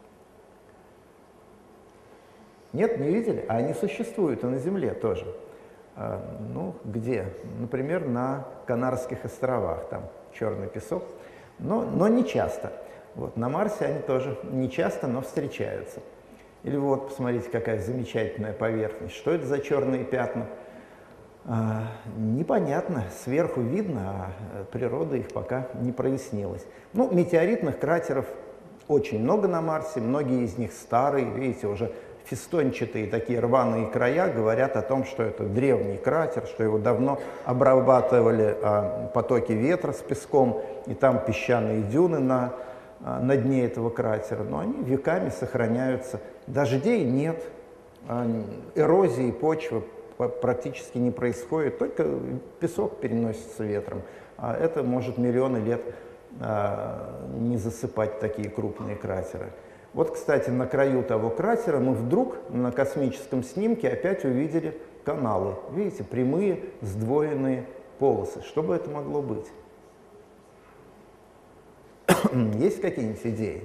Нет, не видели? А они существуют и на Земле тоже. Где? Например, на Канарских островах, там черный песок, но не часто. Вот, на Марсе они тоже не часто, но встречаются. Или вот, посмотрите, какая замечательная поверхность. Что это за черные пятна? Непонятно, сверху видно, а природа их пока не прояснилась. Ну, метеоритных кратеров очень много на Марсе, многие из них старые, видите, уже фистончатые такие рваные края говорят о том, что это древний кратер, что его давно обрабатывали потоки ветра с песком, и там песчаные дюны на дне этого кратера, но они веками сохраняются. Дождей нет, эрозии почвы практически не происходит, только песок переносится ветром, а это может миллионы лет не засыпать такие крупные кратеры. Вот, кстати, на краю того кратера мы вдруг на космическом снимке опять увидели каналы. Видите, прямые сдвоенные полосы. Что бы это могло быть? Есть какие-нибудь идеи?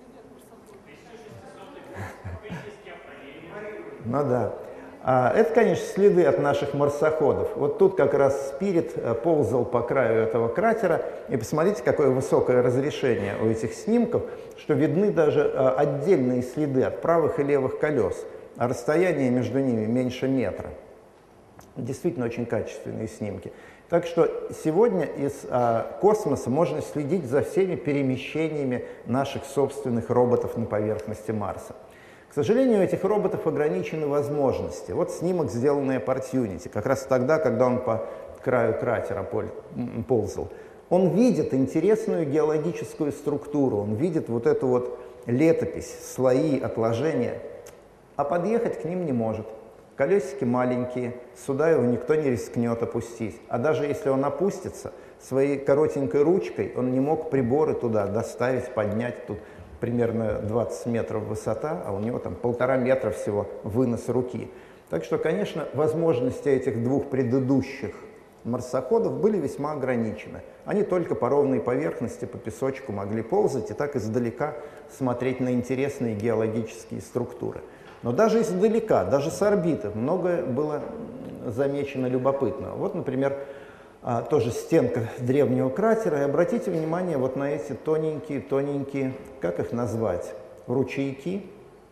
Ну да. Это, конечно, следы от наших марсоходов. Вот тут как раз Спирит ползал по краю этого кратера, и посмотрите, какое высокое разрешение у этих снимков, что видны даже отдельные следы от правых и левых колес, а расстояние между ними меньше метра. Действительно очень качественные снимки. Так что сегодня из космоса можно следить за всеми перемещениями наших собственных роботов на поверхности Марса. К сожалению, у этих роботов ограничены возможности. Вот снимок, сделанный Opportunity, как раз тогда, когда он по краю кратера ползал. Он видит интересную геологическую структуру, он видит вот эту вот летопись, слои, отложения, а подъехать к ним не может. Колесики маленькие, сюда его никто не рискнет опустить. А даже если он опустится, своей коротенькой ручкой он не мог приборы туда доставить, поднять. Тут примерно 20 метров высота, а у него там 1,5 метра всего вынос руки. Так что, конечно, возможности этих двух предыдущих марсоходов были весьма ограничены. Они только по ровной поверхности, по песочку могли ползать и так издалека смотреть на интересные геологические структуры. Но даже издалека, даже с орбиты многое было замечено любопытного. Вот, например, тоже стенка древнего кратера. И обратите внимание вот на эти тоненькие, как их назвать, ручейки.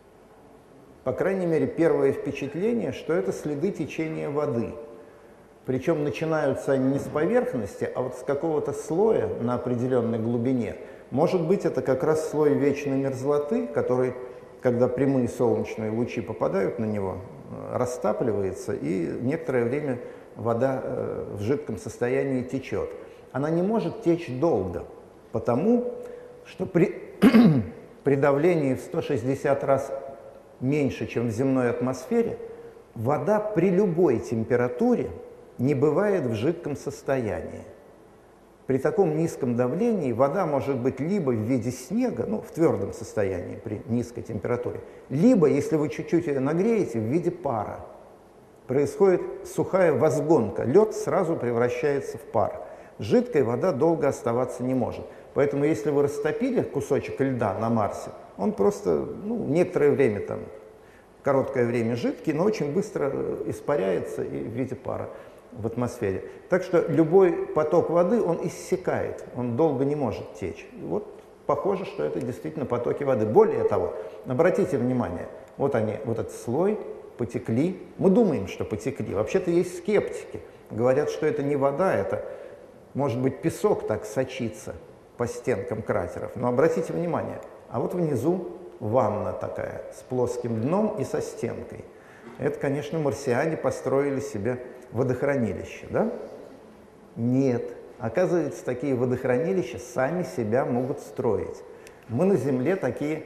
По крайней мере, первое впечатление, что это следы течения воды. Причем начинаются они не с поверхности, а вот с какого-то слоя на определенной глубине. Может быть, это как раз слой вечной мерзлоты, который, когда прямые солнечные лучи попадают на него, растапливается, и некоторое время вода в жидком состоянии течет. Она не может течь долго, потому что при давлении в 160 раз меньше, чем в земной атмосфере, вода при любой температуре не бывает в жидком состоянии. При таком низком давлении вода может быть либо в виде снега, ну, в твердом состоянии при низкой температуре, либо, если вы чуть-чуть ее нагреете, в виде пара. Происходит сухая возгонка, лед сразу превращается в пар. Жидкая вода долго оставаться не может. Поэтому если вы растопили кусочек льда на Марсе, он просто некоторое время, там, короткое время жидкий, но очень быстро испаряется и в виде пара в атмосфере. Так что любой поток воды, он иссякает, он долго не может течь. И вот похоже, что это действительно потоки воды. Более того, обратите внимание, вот они, вот этот слой, потекли. Мы думаем, что потекли. Вообще-то есть скептики. Говорят, что это не вода, это, может быть, песок так сочится по стенкам кратеров. Но обратите внимание, а вот внизу ванна такая, с плоским дном и со стенкой. Это, конечно, марсиане построили себе водохранилище, да? Нет. Оказывается, такие водохранилища сами себя могут строить. Мы на Земле такие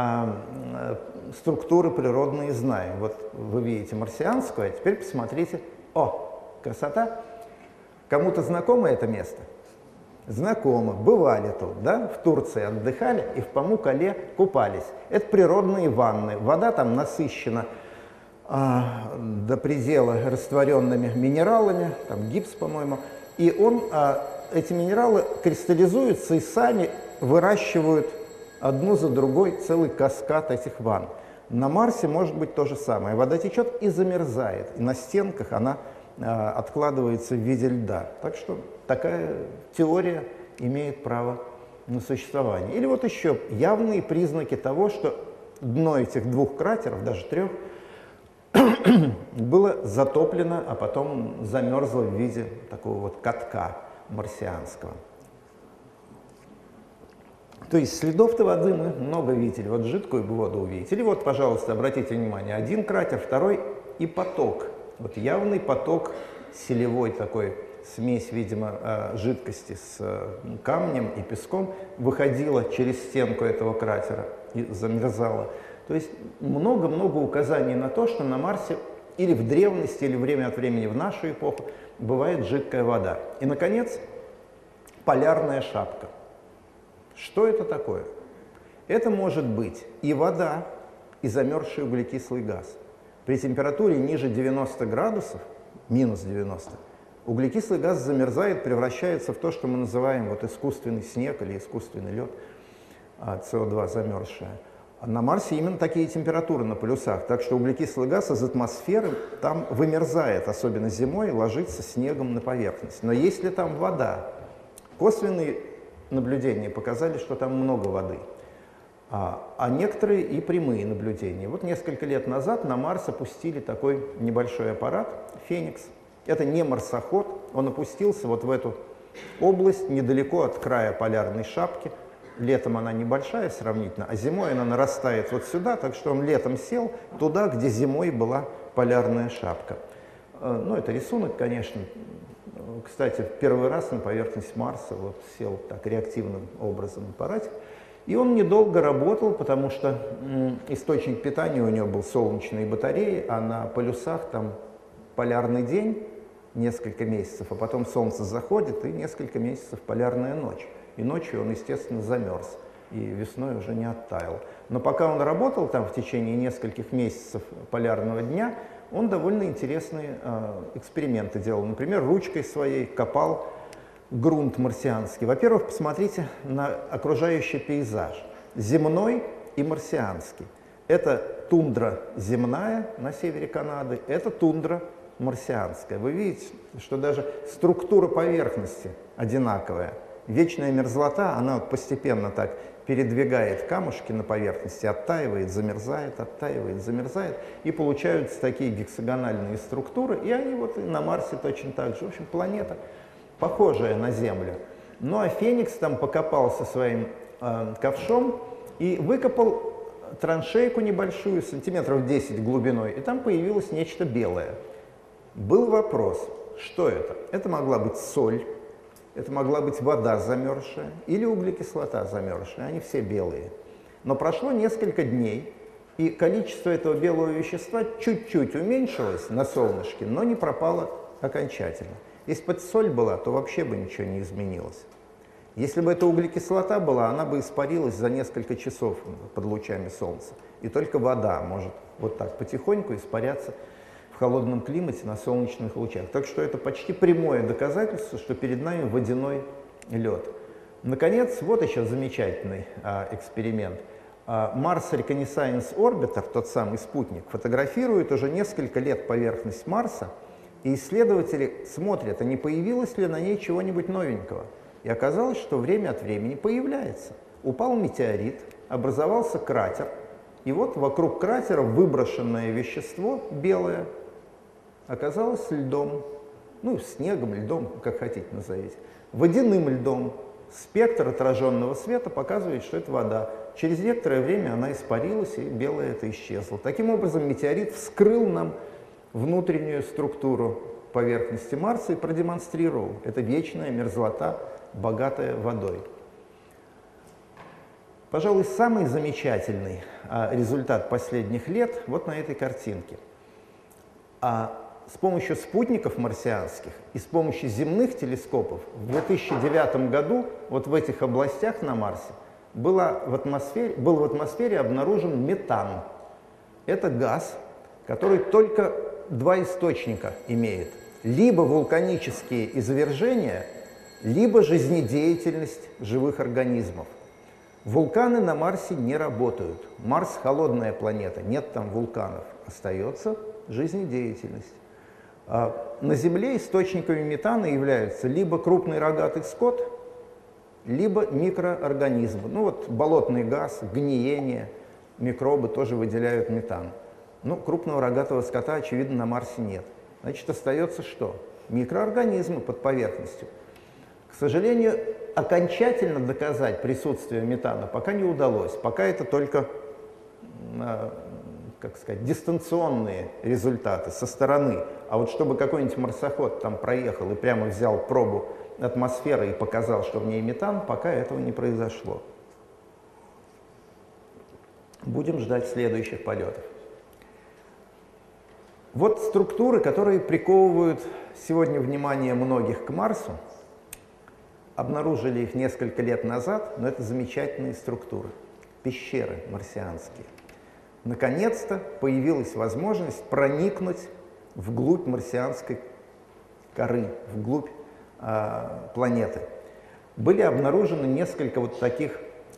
структуры природные знаем. Вот вы видите марсианскую, а теперь посмотрите. О, красота! Кому-то знакомо это место? Знакомо. Бывали тут, да? В Турции отдыхали и в Памуккале купались. Это природные ванны. Вода там насыщена до предела растворенными минералами, там гипс, по-моему. И эти минералы кристаллизуются и сами выращивают одну за другой целый каскад этих ванн. На Марсе может быть то же самое. Вода течет и замерзает, и на стенках она откладывается в виде льда. Так что такая теория имеет право на существование. Или вот еще явные признаки того, что дно этих двух кратеров, даже трех, было затоплено, а потом замерзло в виде такого вот катка марсианского. То есть следов-то воды мы много видели. Вот жидкую воду увидеть. Или вот, пожалуйста, обратите внимание, один кратер, второй и поток. Вот явный поток селевой такой, смесь, видимо, жидкости с камнем и песком выходила через стенку этого кратера и замерзала. То есть много-много указаний на то, что на Марсе или в древности, или время от времени в нашу эпоху бывает жидкая вода. И, наконец, полярная шапка. Что это такое? Это может быть и вода, и замерзший углекислый газ. При температуре ниже 90 градусов, минус 90, углекислый газ замерзает, превращается в то, что мы называем вот искусственный снег или искусственный лед, СО2 замерзшее. На Марсе именно такие температуры на полюсах, так что углекислый газ из атмосферы там вымерзает, особенно зимой, и ложится снегом на поверхность. Но есть ли там вода? Косвенные наблюдения показали, что там много воды, а некоторые и прямые наблюдения. Вот несколько лет назад на Марс опустили такой небольшой аппарат «Феникс». Это не марсоход, он опустился вот в эту область недалеко от края полярной шапки. Летом она небольшая сравнительно, а зимой она нарастает вот сюда, так что он летом сел туда, где зимой была полярная шапка. Ну, это рисунок, конечно. Кстати, первый раз на поверхность Марса вот сел так реактивным образом аппаратик. И он недолго работал, потому что источник питания у него был солнечные батареи, а на полюсах там полярный день несколько месяцев, а потом солнце заходит и несколько месяцев полярная ночь. И ночью он, естественно, замерз, и весной уже не оттаял. Но пока он работал там в течение нескольких месяцев полярного дня, он довольно интересные эксперименты делал. Например, ручкой своей копал грунт марсианский. Во-первых, посмотрите на окружающий пейзаж. Земной и марсианский. Это тундра земная на севере Канады, это тундра марсианская. Вы видите, что даже структура поверхности одинаковая. Вечная мерзлота, она вот постепенно так передвигает камушки на поверхности, оттаивает, замерзает, и получаются такие гексагональные структуры, и они вот и на Марсе точно так же. В общем, планета похожая на Землю. Ну а Феникс там покопался своим ковшом и выкопал траншейку небольшую, сантиметров 10 глубиной, и там появилось нечто белое. Был вопрос, что это? Это могла быть соль, это могла быть вода замерзшая или углекислота замерзшая, они все белые. Но прошло несколько дней, и количество этого белого вещества чуть-чуть уменьшилось на солнышке, но не пропало окончательно. Если бы это соль была, то вообще бы ничего не изменилось. Если бы это углекислота была, она бы испарилась за несколько часов под лучами солнца. И только вода может вот так потихоньку испаряться в холодном климате на солнечных лучах. Так что это почти прямое доказательство, что перед нами водяной лед. Наконец, вот еще замечательный эксперимент. Mars Reconnaissance Orbiter, тот самый спутник, фотографирует уже несколько лет поверхность Марса, и исследователи смотрят, а не появилось ли на ней чего-нибудь новенького. И оказалось, что время от времени появляется. Упал метеорит, образовался кратер, и вот вокруг кратера выброшенное вещество белое оказалось льдом, ну, снегом, льдом, как хотите назовите, водяным льдом. Спектр отраженного света показывает, что это вода. Через некоторое время она испарилась, и белое это исчезло. Таким образом, метеорит вскрыл нам внутреннюю структуру поверхности Марса и продемонстрировал. Это вечная мерзлота, богатая водой. Пожалуй, самый замечательный результат последних лет вот на этой картинке. С помощью спутников марсианских и с помощью земных телескопов в 2009 году вот в этих областях на Марсе был в атмосфере обнаружен метан. Это газ, который только два источника имеет. Либо вулканические извержения, либо жизнедеятельность живых организмов. Вулканы на Марсе не работают. Марс – холодная планета, нет там вулканов. Остается жизнедеятельность. На Земле источниками метана являются либо крупный рогатый скот, либо микроорганизмы. Ну вот болотный газ, гниение, микробы тоже выделяют метан. Ну, крупного рогатого скота, очевидно, на Марсе нет. Значит, остается что? Микроорганизмы под поверхностью. К сожалению, окончательно доказать присутствие метана пока не удалось. Пока это только, как сказать, дистанционные результаты со стороны. А вот чтобы какой-нибудь марсоход там проехал и прямо взял пробу атмосферы и показал, что в ней метан, пока этого не произошло. Будем ждать следующих полетов. Вот структуры, которые приковывают сегодня внимание многих к Марсу. Обнаружили их несколько лет назад, но это замечательные структуры. Пещеры марсианские. Наконец-то появилась возможность проникнуть вглубь марсианской коры, вглубь планеты. Были обнаружены несколько вот таких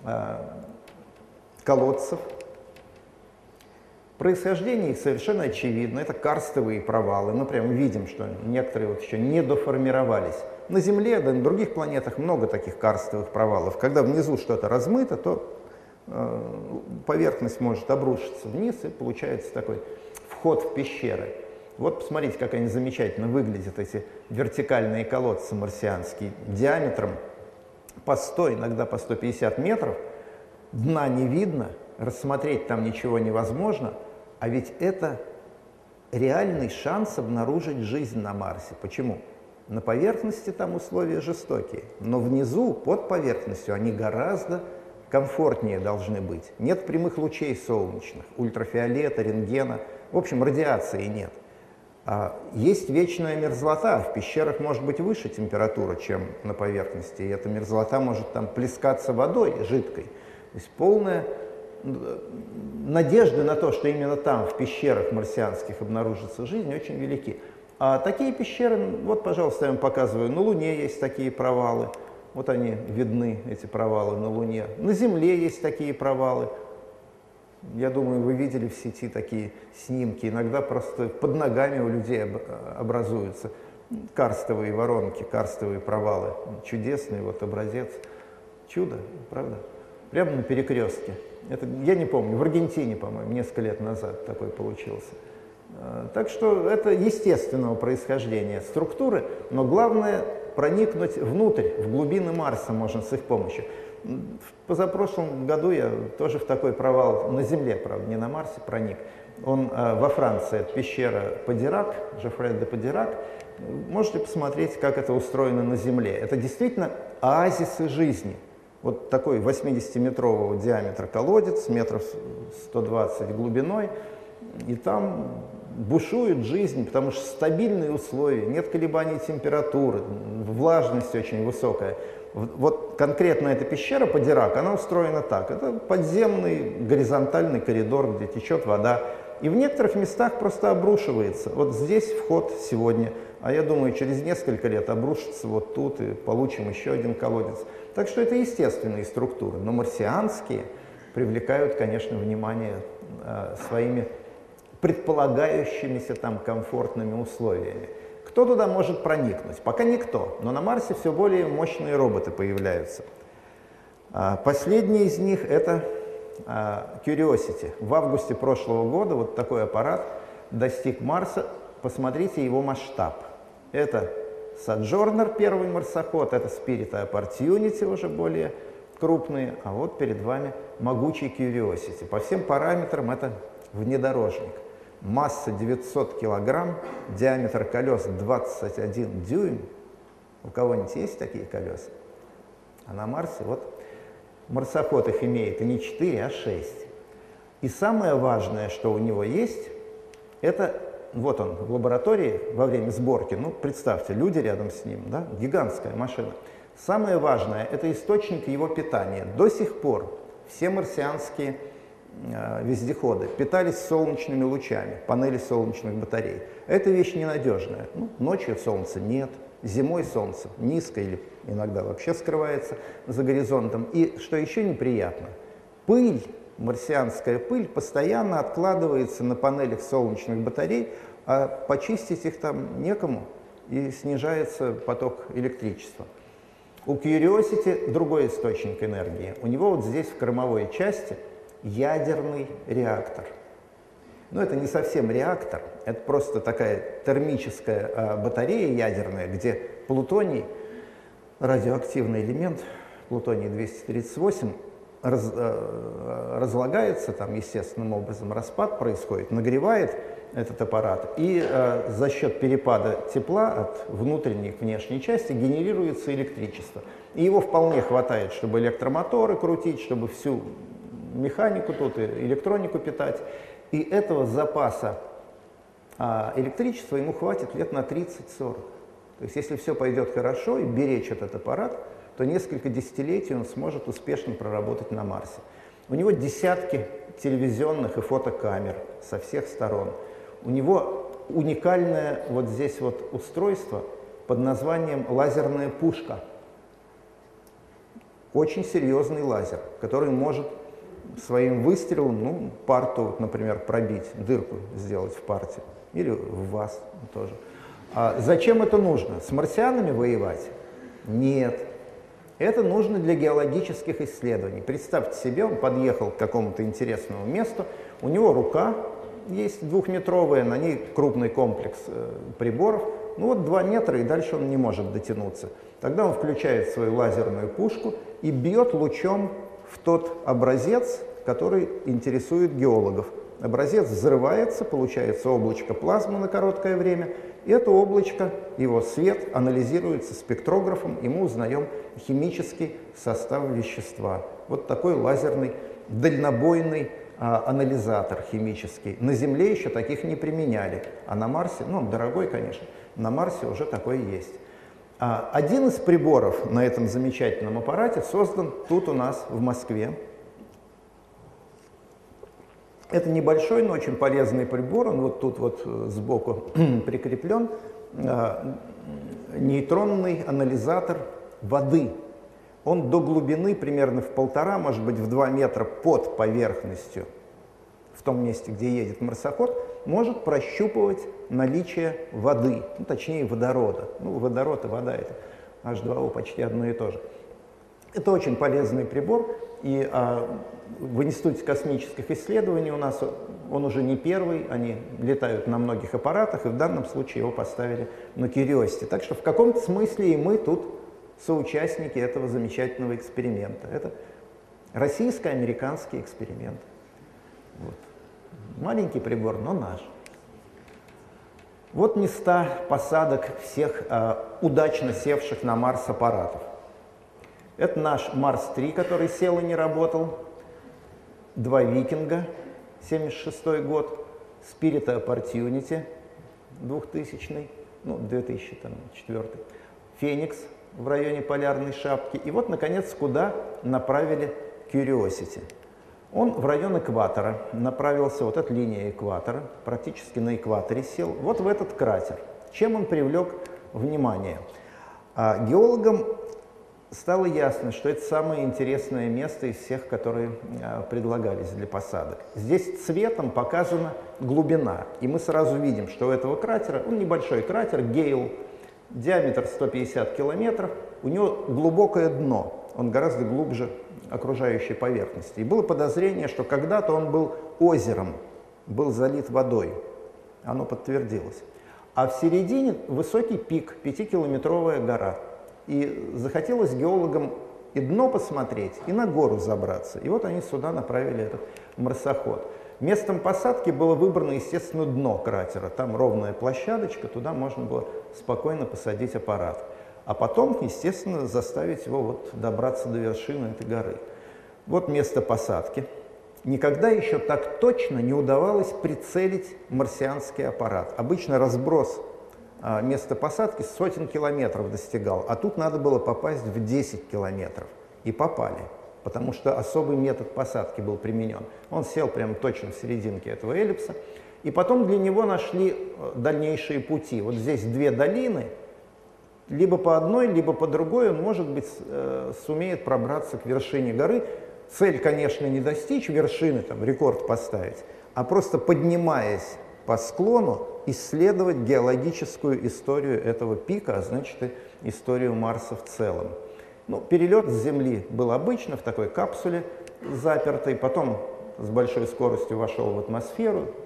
колодцев. Происхождение их совершенно очевидно. Это карстовые провалы. Мы прямо видим, что некоторые вот еще не доформировались. На Земле, да и на других планетах много таких карстовых провалов. Когда внизу что-то размыто, то поверхность может обрушиться вниз, и получается такой вход в пещеры. Вот посмотрите, как они замечательно выглядят, эти вертикальные колодцы марсианские, диаметром по 100, иногда по 150 метров. Дна не видно, рассмотреть там ничего невозможно, а ведь это реальный шанс обнаружить жизнь на Марсе. Почему? На поверхности там условия жестокие, но внизу, под поверхностью, они гораздо комфортнее должны быть. Нет прямых лучей солнечных, ультрафиолета, рентгена, в общем, радиации нет. Есть вечная мерзлота, в пещерах может быть выше температура, чем на поверхности, и эта мерзлота может там плескаться водой жидкой. То есть полная надежды на то, что именно там, в пещерах марсианских, обнаружится жизнь, очень велики. А такие пещеры, вот, пожалуйста, я вам показываю, на Луне есть такие провалы, вот они видны, эти провалы на Луне. На Земле есть такие провалы. Я думаю, вы видели в сети такие снимки, иногда просто под ногами у людей образуются карстовые воронки, карстовые провалы. Чудесный вот образец. Чудо, правда? Прямо на перекрестке. Это, я не помню, в Аргентине, по-моему, несколько лет назад такой получился. Так что это естественного происхождения структуры, но главное проникнуть внутрь, в глубины Марса можно с их помощью. В позапрошлом году я тоже в такой провал на Земле, правда, не на Марсе, проник. Он во Франции, это пещера Падирак, Жофре де Падирак. Можете посмотреть, как это устроено на Земле. Это действительно оазисы жизни. Вот такой 80-метрового диаметра колодец, метров 120 глубиной, и там бушует жизнь, потому что стабильные условия, нет колебаний температуры, влажность очень высокая. Вот конкретно эта пещера Падирак, она устроена так. Это подземный горизонтальный коридор, где течет вода. И в некоторых местах просто обрушивается. Вот здесь вход сегодня, а я думаю, через несколько лет обрушится вот тут, и получим еще один колодец. Так что это естественные структуры, но марсианские привлекают, конечно, внимание своими предполагающимися там комфортными условиями. Кто туда может проникнуть? Пока никто, но на Марсе все более мощные роботы появляются. Последний из них — это Curiosity. В августе прошлого года вот такой аппарат достиг Марса. Посмотрите его масштаб. Это Sojourner, первый марсоход, это Spirit и Opportunity, уже более крупные, а вот перед вами могучий Curiosity. По всем параметрам это внедорожник. Масса 900 килограмм, диаметр колес 21 дюйм. У кого-нибудь есть такие колеса? А на Марсе вот марсоход их имеет и не 4, а 6. И самое важное, что у него есть, это вот он в лаборатории во время сборки. Ну, представьте, люди рядом с ним, да, гигантская машина. Самое важное — это источник его питания. До сих пор все марсианские вездеходы питались солнечными лучами, панели солнечных батарей. Эта вещь ненадежная. Ну, ночью солнца нет, зимой солнце низко или иногда вообще скрывается за горизонтом. И, что еще неприятно, пыль, марсианская пыль постоянно откладывается на панелях солнечных батарей, а почистить их там некому, и снижается поток электричества. У Curiosity другой источник энергии. У него вот здесь в кормовой части ядерный реактор. Но это не совсем реактор, это просто такая термическая батарея ядерная, где плутоний, радиоактивный элемент, плутоний-238, разлагается, там естественным образом распад происходит, нагревает этот аппарат, и за счет перепада тепла от внутренней к внешней части генерируется электричество. И его вполне хватает, чтобы электромоторы крутить, чтобы всю механику тут и электронику питать. И этого запаса электричества ему хватит лет на 30-40. То есть если все пойдет хорошо и беречь этот аппарат, то несколько десятилетий он сможет успешно проработать на Марсе. У него десятки телевизионных и фотокамер со всех сторон. У него уникальное вот здесь вот устройство под названием лазерная пушка. Очень серьезный лазер, который может своим выстрелом, ну, парту, вот, например, пробить, дырку сделать в парте, или в вас тоже. А зачем это нужно? С марсианами воевать? Нет. Это нужно для геологических исследований. Представьте себе, он подъехал к какому-то интересному месту, у него рука есть двухметровая, на ней крупный комплекс приборов, ну вот 2 метра, и дальше он не может дотянуться. Тогда он включает свою лазерную пушку и бьет лучом в тот образец, который интересует геологов. Образец взрывается, получается облачко плазмы на короткое время, и это облачко, его свет анализируется спектрографом, и мы узнаем химический состав вещества. Вот такой лазерный дальнобойный анализатор химический. На Земле еще таких не применяли, а на Марсе, ну, он дорогой, конечно, на Марсе уже такой есть. Один из приборов на этом замечательном аппарате создан тут у нас в Москве. Это небольшой, но очень полезный прибор, он вот тут вот сбоку прикреплен, нейтронный анализатор воды. Он до глубины примерно в 1,5, может быть в 2 метра под поверхностью, в том месте, где едет марсоход, может прощупывать наличие воды, ну, точнее водорода. Ну, водород и вода — это H2O почти одно и то же. Это очень полезный прибор, и в Институте космических исследований у нас он уже не первый, они летают на многих аппаратах, и в данном случае его поставили на Curiosity. Так что в каком-то смысле и мы тут соучастники этого замечательного эксперимента. Это российско-американский эксперимент. Вот. Маленький прибор, но наш. Вот места посадок всех удачно севших на Марс аппаратов. Это наш Марс-3, который сел и не работал. 2 Викинга, 1976 год. Spirit Opportunity, 2000, ну, 2004. Феникс в районе полярной шапки. И вот, наконец, куда направили Curiosity. Он в район экватора направился, вот эта линия экватора, практически на экваторе сел, вот в этот кратер. Чем он привлек внимание? Геологам стало ясно, что это самое интересное место из всех, которые предлагались для посадок. Здесь цветом показана глубина, и мы сразу видим, что у этого кратера, он небольшой кратер, Гейл, диаметр 150 километров, у него глубокое дно, он гораздо глубже окружающей поверхности. И было подозрение, что когда-то он был озером, был залит водой. Оно подтвердилось. А в середине высокий пик, 5-километровая гора. И захотелось геологам и дно посмотреть, и на гору забраться. И вот они сюда направили этот марсоход. Местом посадки было выбрано, естественно, дно кратера. Там ровная площадочка, туда можно было спокойно посадить аппарат. А потом, естественно, заставить его вот добраться до вершины этой горы. Вот место посадки. Никогда еще так точно не удавалось прицелить марсианский аппарат. Обычно разброс места посадки сотен километров достигал, а тут надо было попасть в 10 километров. И попали, потому что особый метод посадки был применен. Он сел прямо точно в серединке этого эллипса, и потом для него нашли дальнейшие пути. Вот здесь 2 долины, либо по одной, либо по другой он, может быть, сумеет пробраться к вершине горы. Цель, конечно, не достичь вершины, там, рекорд поставить, а просто поднимаясь по склону, исследовать геологическую историю этого пика, а значит и историю Марса в целом. Ну, перелет с Земли был обычно в такой капсуле запертой, потом с большой скоростью вошел в атмосферу,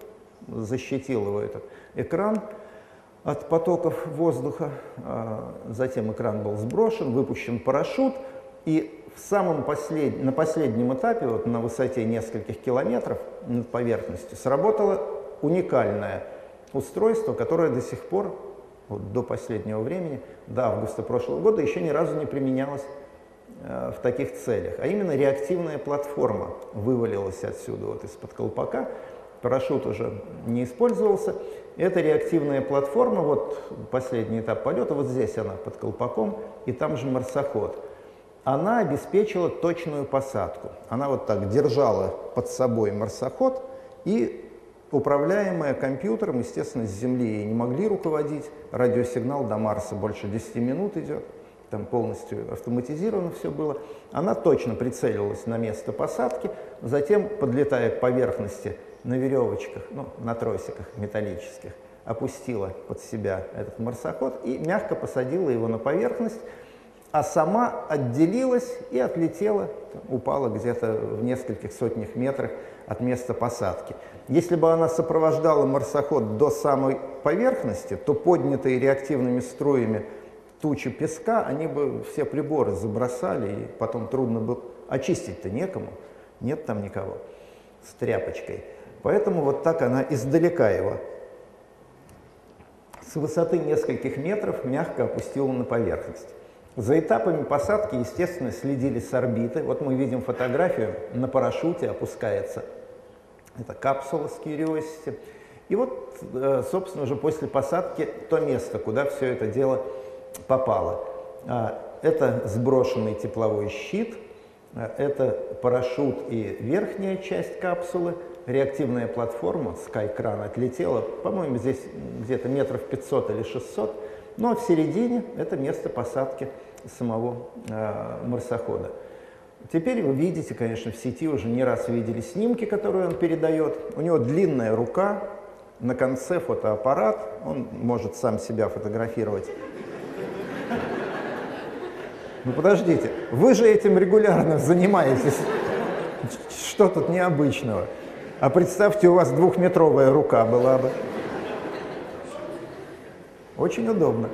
защитил его этот экран от потоков воздуха. Затем экран был сброшен, выпущен парашют, и на последнем этапе, вот на высоте нескольких километров над поверхностью, сработало уникальное устройство, которое до сих пор, вот до последнего времени, до августа прошлого года, еще ни разу не применялось в таких целях. А именно реактивная платформа вывалилась отсюда, вот из-под колпака. Парашют уже не использовался. Эта реактивная платформа, вот последний этап полета, вот здесь она под колпаком, и там же марсоход. Она обеспечила точную посадку. Она вот так держала под собой марсоход, и управляемая компьютером, естественно, с Земли ей не могли руководить. Радиосигнал до Марса больше 10 минут идет, там полностью автоматизировано все было. Она точно прицелилась на место посадки, затем, подлетая к поверхности на веревочках, ну, на тросиках металлических, опустила под себя этот марсоход и мягко посадила его на поверхность, а сама отделилась и отлетела, упала где-то в нескольких сотнях метрах от места посадки. Если бы она сопровождала марсоход до самой поверхности, то поднятые реактивными струями тучи песка, они бы все приборы забросали, и потом трудно было очистить-то некому, нет там никого с тряпочкой. Поэтому вот так она издалека его с высоты нескольких метров мягко опустила на поверхность. За этапами посадки, естественно, следили с орбиты. Вот мы видим фотографию, на парашюте опускается эта капсула с Curiosity. И вот, собственно, уже после посадки то место, куда все это дело попало. Это сброшенный тепловой щит, это парашют и верхняя часть капсулы. Реактивная платформа SkyCran отлетела, по-моему, здесь где-то метров 500 или 600, но в середине это место посадки самого марсохода. Теперь вы видите, конечно, в сети уже не раз видели снимки, которые он передает. У него длинная рука, на конце фотоаппарат, он может сам себя фотографировать. Ну подождите, вы же этим регулярно занимаетесь. Что тут необычного? А представьте, у вас 2-метровая рука была бы. Очень удобно.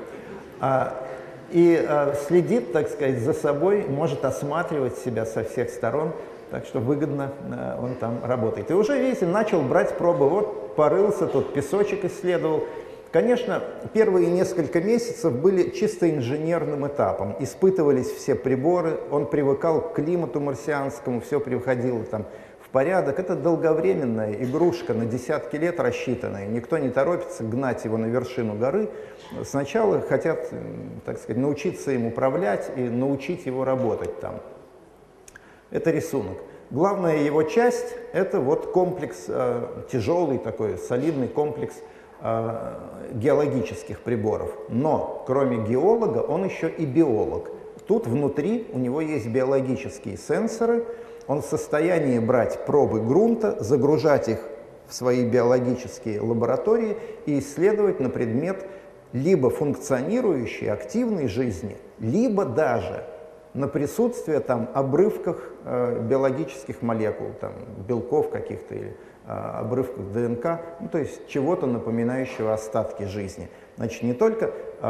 Следит, так сказать, за собой, может осматривать себя со всех сторон, так что выгодно он там работает. И уже, видите, начал брать пробы. Вот порылся, тут песочек исследовал. Конечно, первые несколько месяцев были чисто инженерным этапом. Испытывались все приборы, он привыкал к климату марсианскому, все приходило там в порядок. Это долговременная игрушка, на десятки лет рассчитанная. Никто не торопится гнать его на вершину горы. Сначала хотят, так сказать, научиться им управлять и научить его работать там. Это рисунок. Главная его часть – это вот комплекс, тяжелый такой, солидный комплекс геологических приборов. Но кроме геолога он еще и биолог. Тут внутри у него есть биологические сенсоры. Он в состоянии брать пробы грунта, загружать их в свои биологические лаборатории и исследовать на предмет либо функционирующей, активной жизни, либо даже на присутствие там обрывках биологических молекул, там, белков каких-то или обрывках ДНК, ну, то есть чего-то напоминающего остатки жизни. Значит, не только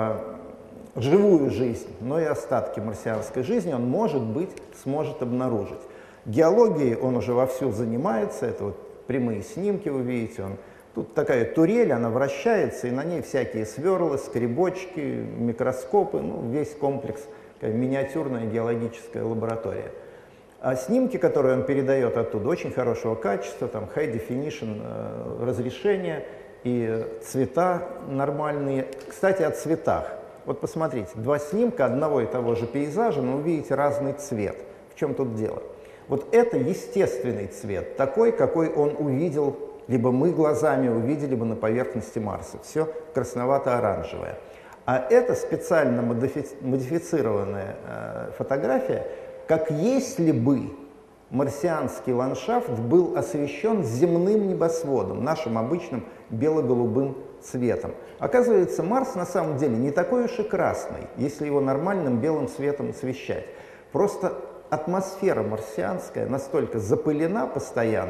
живую жизнь, но и остатки марсианской жизни он, может быть, сможет обнаружить. Геологией он уже вовсю занимается, это вот прямые снимки вы видите, тут такая турель, она вращается, и на ней всякие сверлы, скребочки, микроскопы, ну, весь комплекс, такая миниатюрная геологическая лаборатория. А снимки, которые он передает оттуда, очень хорошего качества, там high definition разрешение и цвета нормальные. Кстати, о цветах. Вот посмотрите, два снимка одного и того же пейзажа, но вы видите разный цвет. В чем тут дело? Вот это естественный цвет, такой, какой он увидел, либо мы глазами увидели бы на поверхности Марса. Все красновато-оранжевое. А это специально модифицированная фотография, как если бы марсианский ландшафт был освещен земным небосводом, нашим обычным бело-голубым цветом. Оказывается, Марс на самом деле не такой уж и красный, если его нормальным белым светом освещать. Просто атмосфера марсианская настолько запылена постоянно,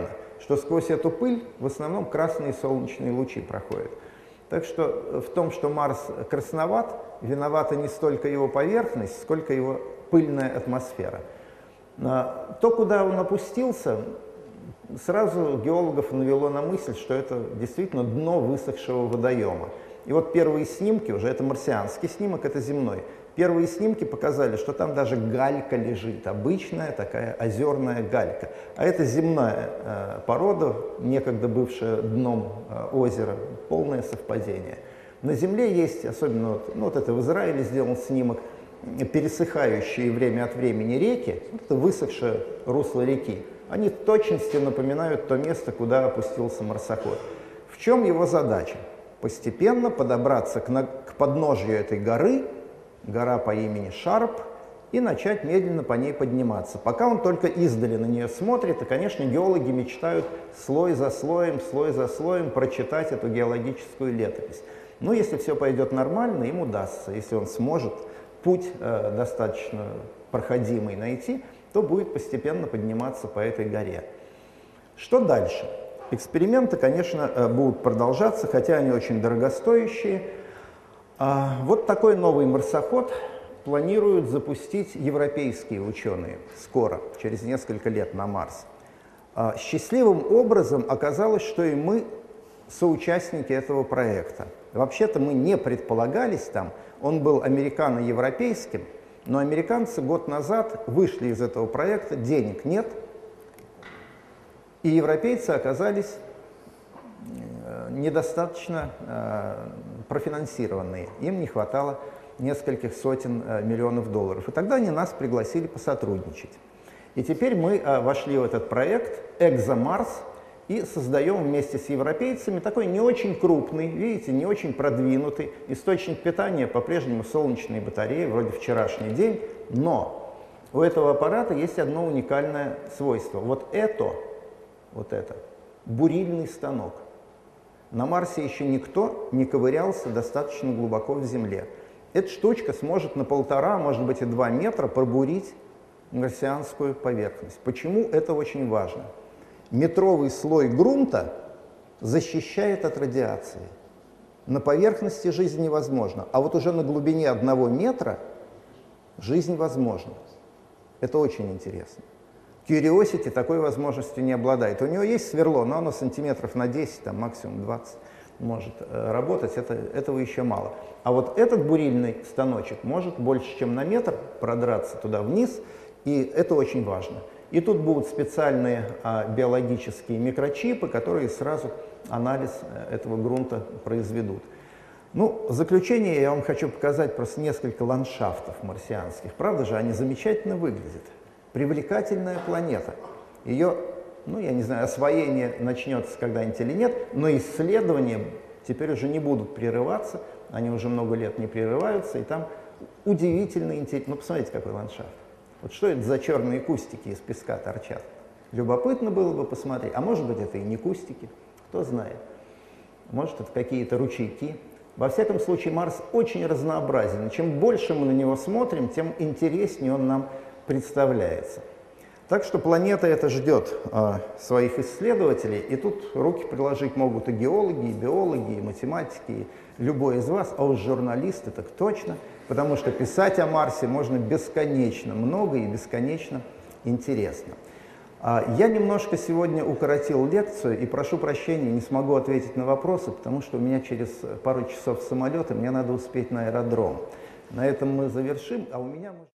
что сквозь эту пыль в основном красные солнечные лучи проходят. Так что в том, что Марс красноват, виновата не столько его поверхность, сколько его пыльная атмосфера. То, куда он опустился, сразу геологов навело на мысль, что это действительно дно высохшего водоема. И вот первые снимки, уже это марсианский снимок, это земной, первые снимки показали, что там даже галька лежит, обычная такая озерная галька. А это земная порода, некогда бывшая дном озера, полное совпадение. На Земле есть, особенно вот это в Израиле сделан снимок, пересыхающие время от времени реки, это высохшее русло реки. Они в точности напоминают то место, куда опустился марсоход. В чем его задача? Постепенно подобраться к подножью этой горы, гора по имени Шарп, и начать медленно по ней подниматься. Пока он только издали на нее смотрит, и, конечно, геологи мечтают слой за слоем прочитать эту геологическую летопись. Но если все пойдет нормально, им удастся. Если он сможет путь достаточно проходимый найти, то будет постепенно подниматься по этой горе. Что дальше? Эксперименты, конечно, будут продолжаться, хотя они очень дорогостоящие. Вот такой новый марсоход планируют запустить европейские ученые скоро, через несколько лет на Марс. Счастливым образом оказалось, что и мы соучастники этого проекта. Вообще-то мы не предполагались там, он был американо-европейским, но американцы год назад вышли из этого проекта, денег нет, и европейцы оказались недостаточно профинансированные. Им не хватало нескольких сотен миллионов долларов. И тогда они нас пригласили посотрудничать. И теперь мы вошли в этот проект «Экзомарс» и создаем вместе с европейцами такой не очень крупный, видите, не очень продвинутый источник питания, по-прежнему солнечные батареи, вроде вчерашний день, но у этого аппарата есть одно уникальное свойство. Вот это бурильный станок. На Марсе еще никто не ковырялся достаточно глубоко в земле. Эта штучка сможет на 1,5, может быть и 2 метра пробурить марсианскую поверхность. Почему это очень важно? Метровый слой грунта защищает от радиации. На поверхности жизнь невозможна, а вот уже на глубине 1 метра жизнь возможна. Это очень интересно. Curiosity такой возможностью не обладает. У него есть сверло, но оно сантиметров на 10, там, максимум 20 может работать, этого еще мало. А вот этот бурильный станочек может больше, чем на метр продраться туда вниз, и это очень важно. И тут будут специальные биологические микрочипы, которые сразу анализ этого грунта произведут. Ну, в заключение я вам хочу показать просто несколько ландшафтов марсианских. Правда же, они замечательно выглядят. Привлекательная планета. Ее, ну, я не знаю, освоение начнется когда-нибудь или нет, но исследования теперь уже не будут прерываться, они уже много лет не прерываются, и там удивительно интересно. Ну, посмотрите, какой ландшафт. Вот что это за черные кустики из песка торчат? Любопытно было бы посмотреть. А может быть, это и не кустики, кто знает. Может, это какие-то ручейки. Во всяком случае, Марс очень разнообразен. Чем больше мы на него смотрим, тем интереснее он нам представляется. Так что планета эта ждет своих исследователей, и тут руки приложить могут и геологи, и биологи, и математики, и любой из вас, а уж журналисты так точно, потому что писать о Марсе можно бесконечно много и бесконечно интересно. Я немножко сегодня укоротил лекцию, и прошу прощения, не смогу ответить на вопросы, потому что у меня через пару часов самолет, и мне надо успеть на аэродром. На этом мы завершим, а у меня...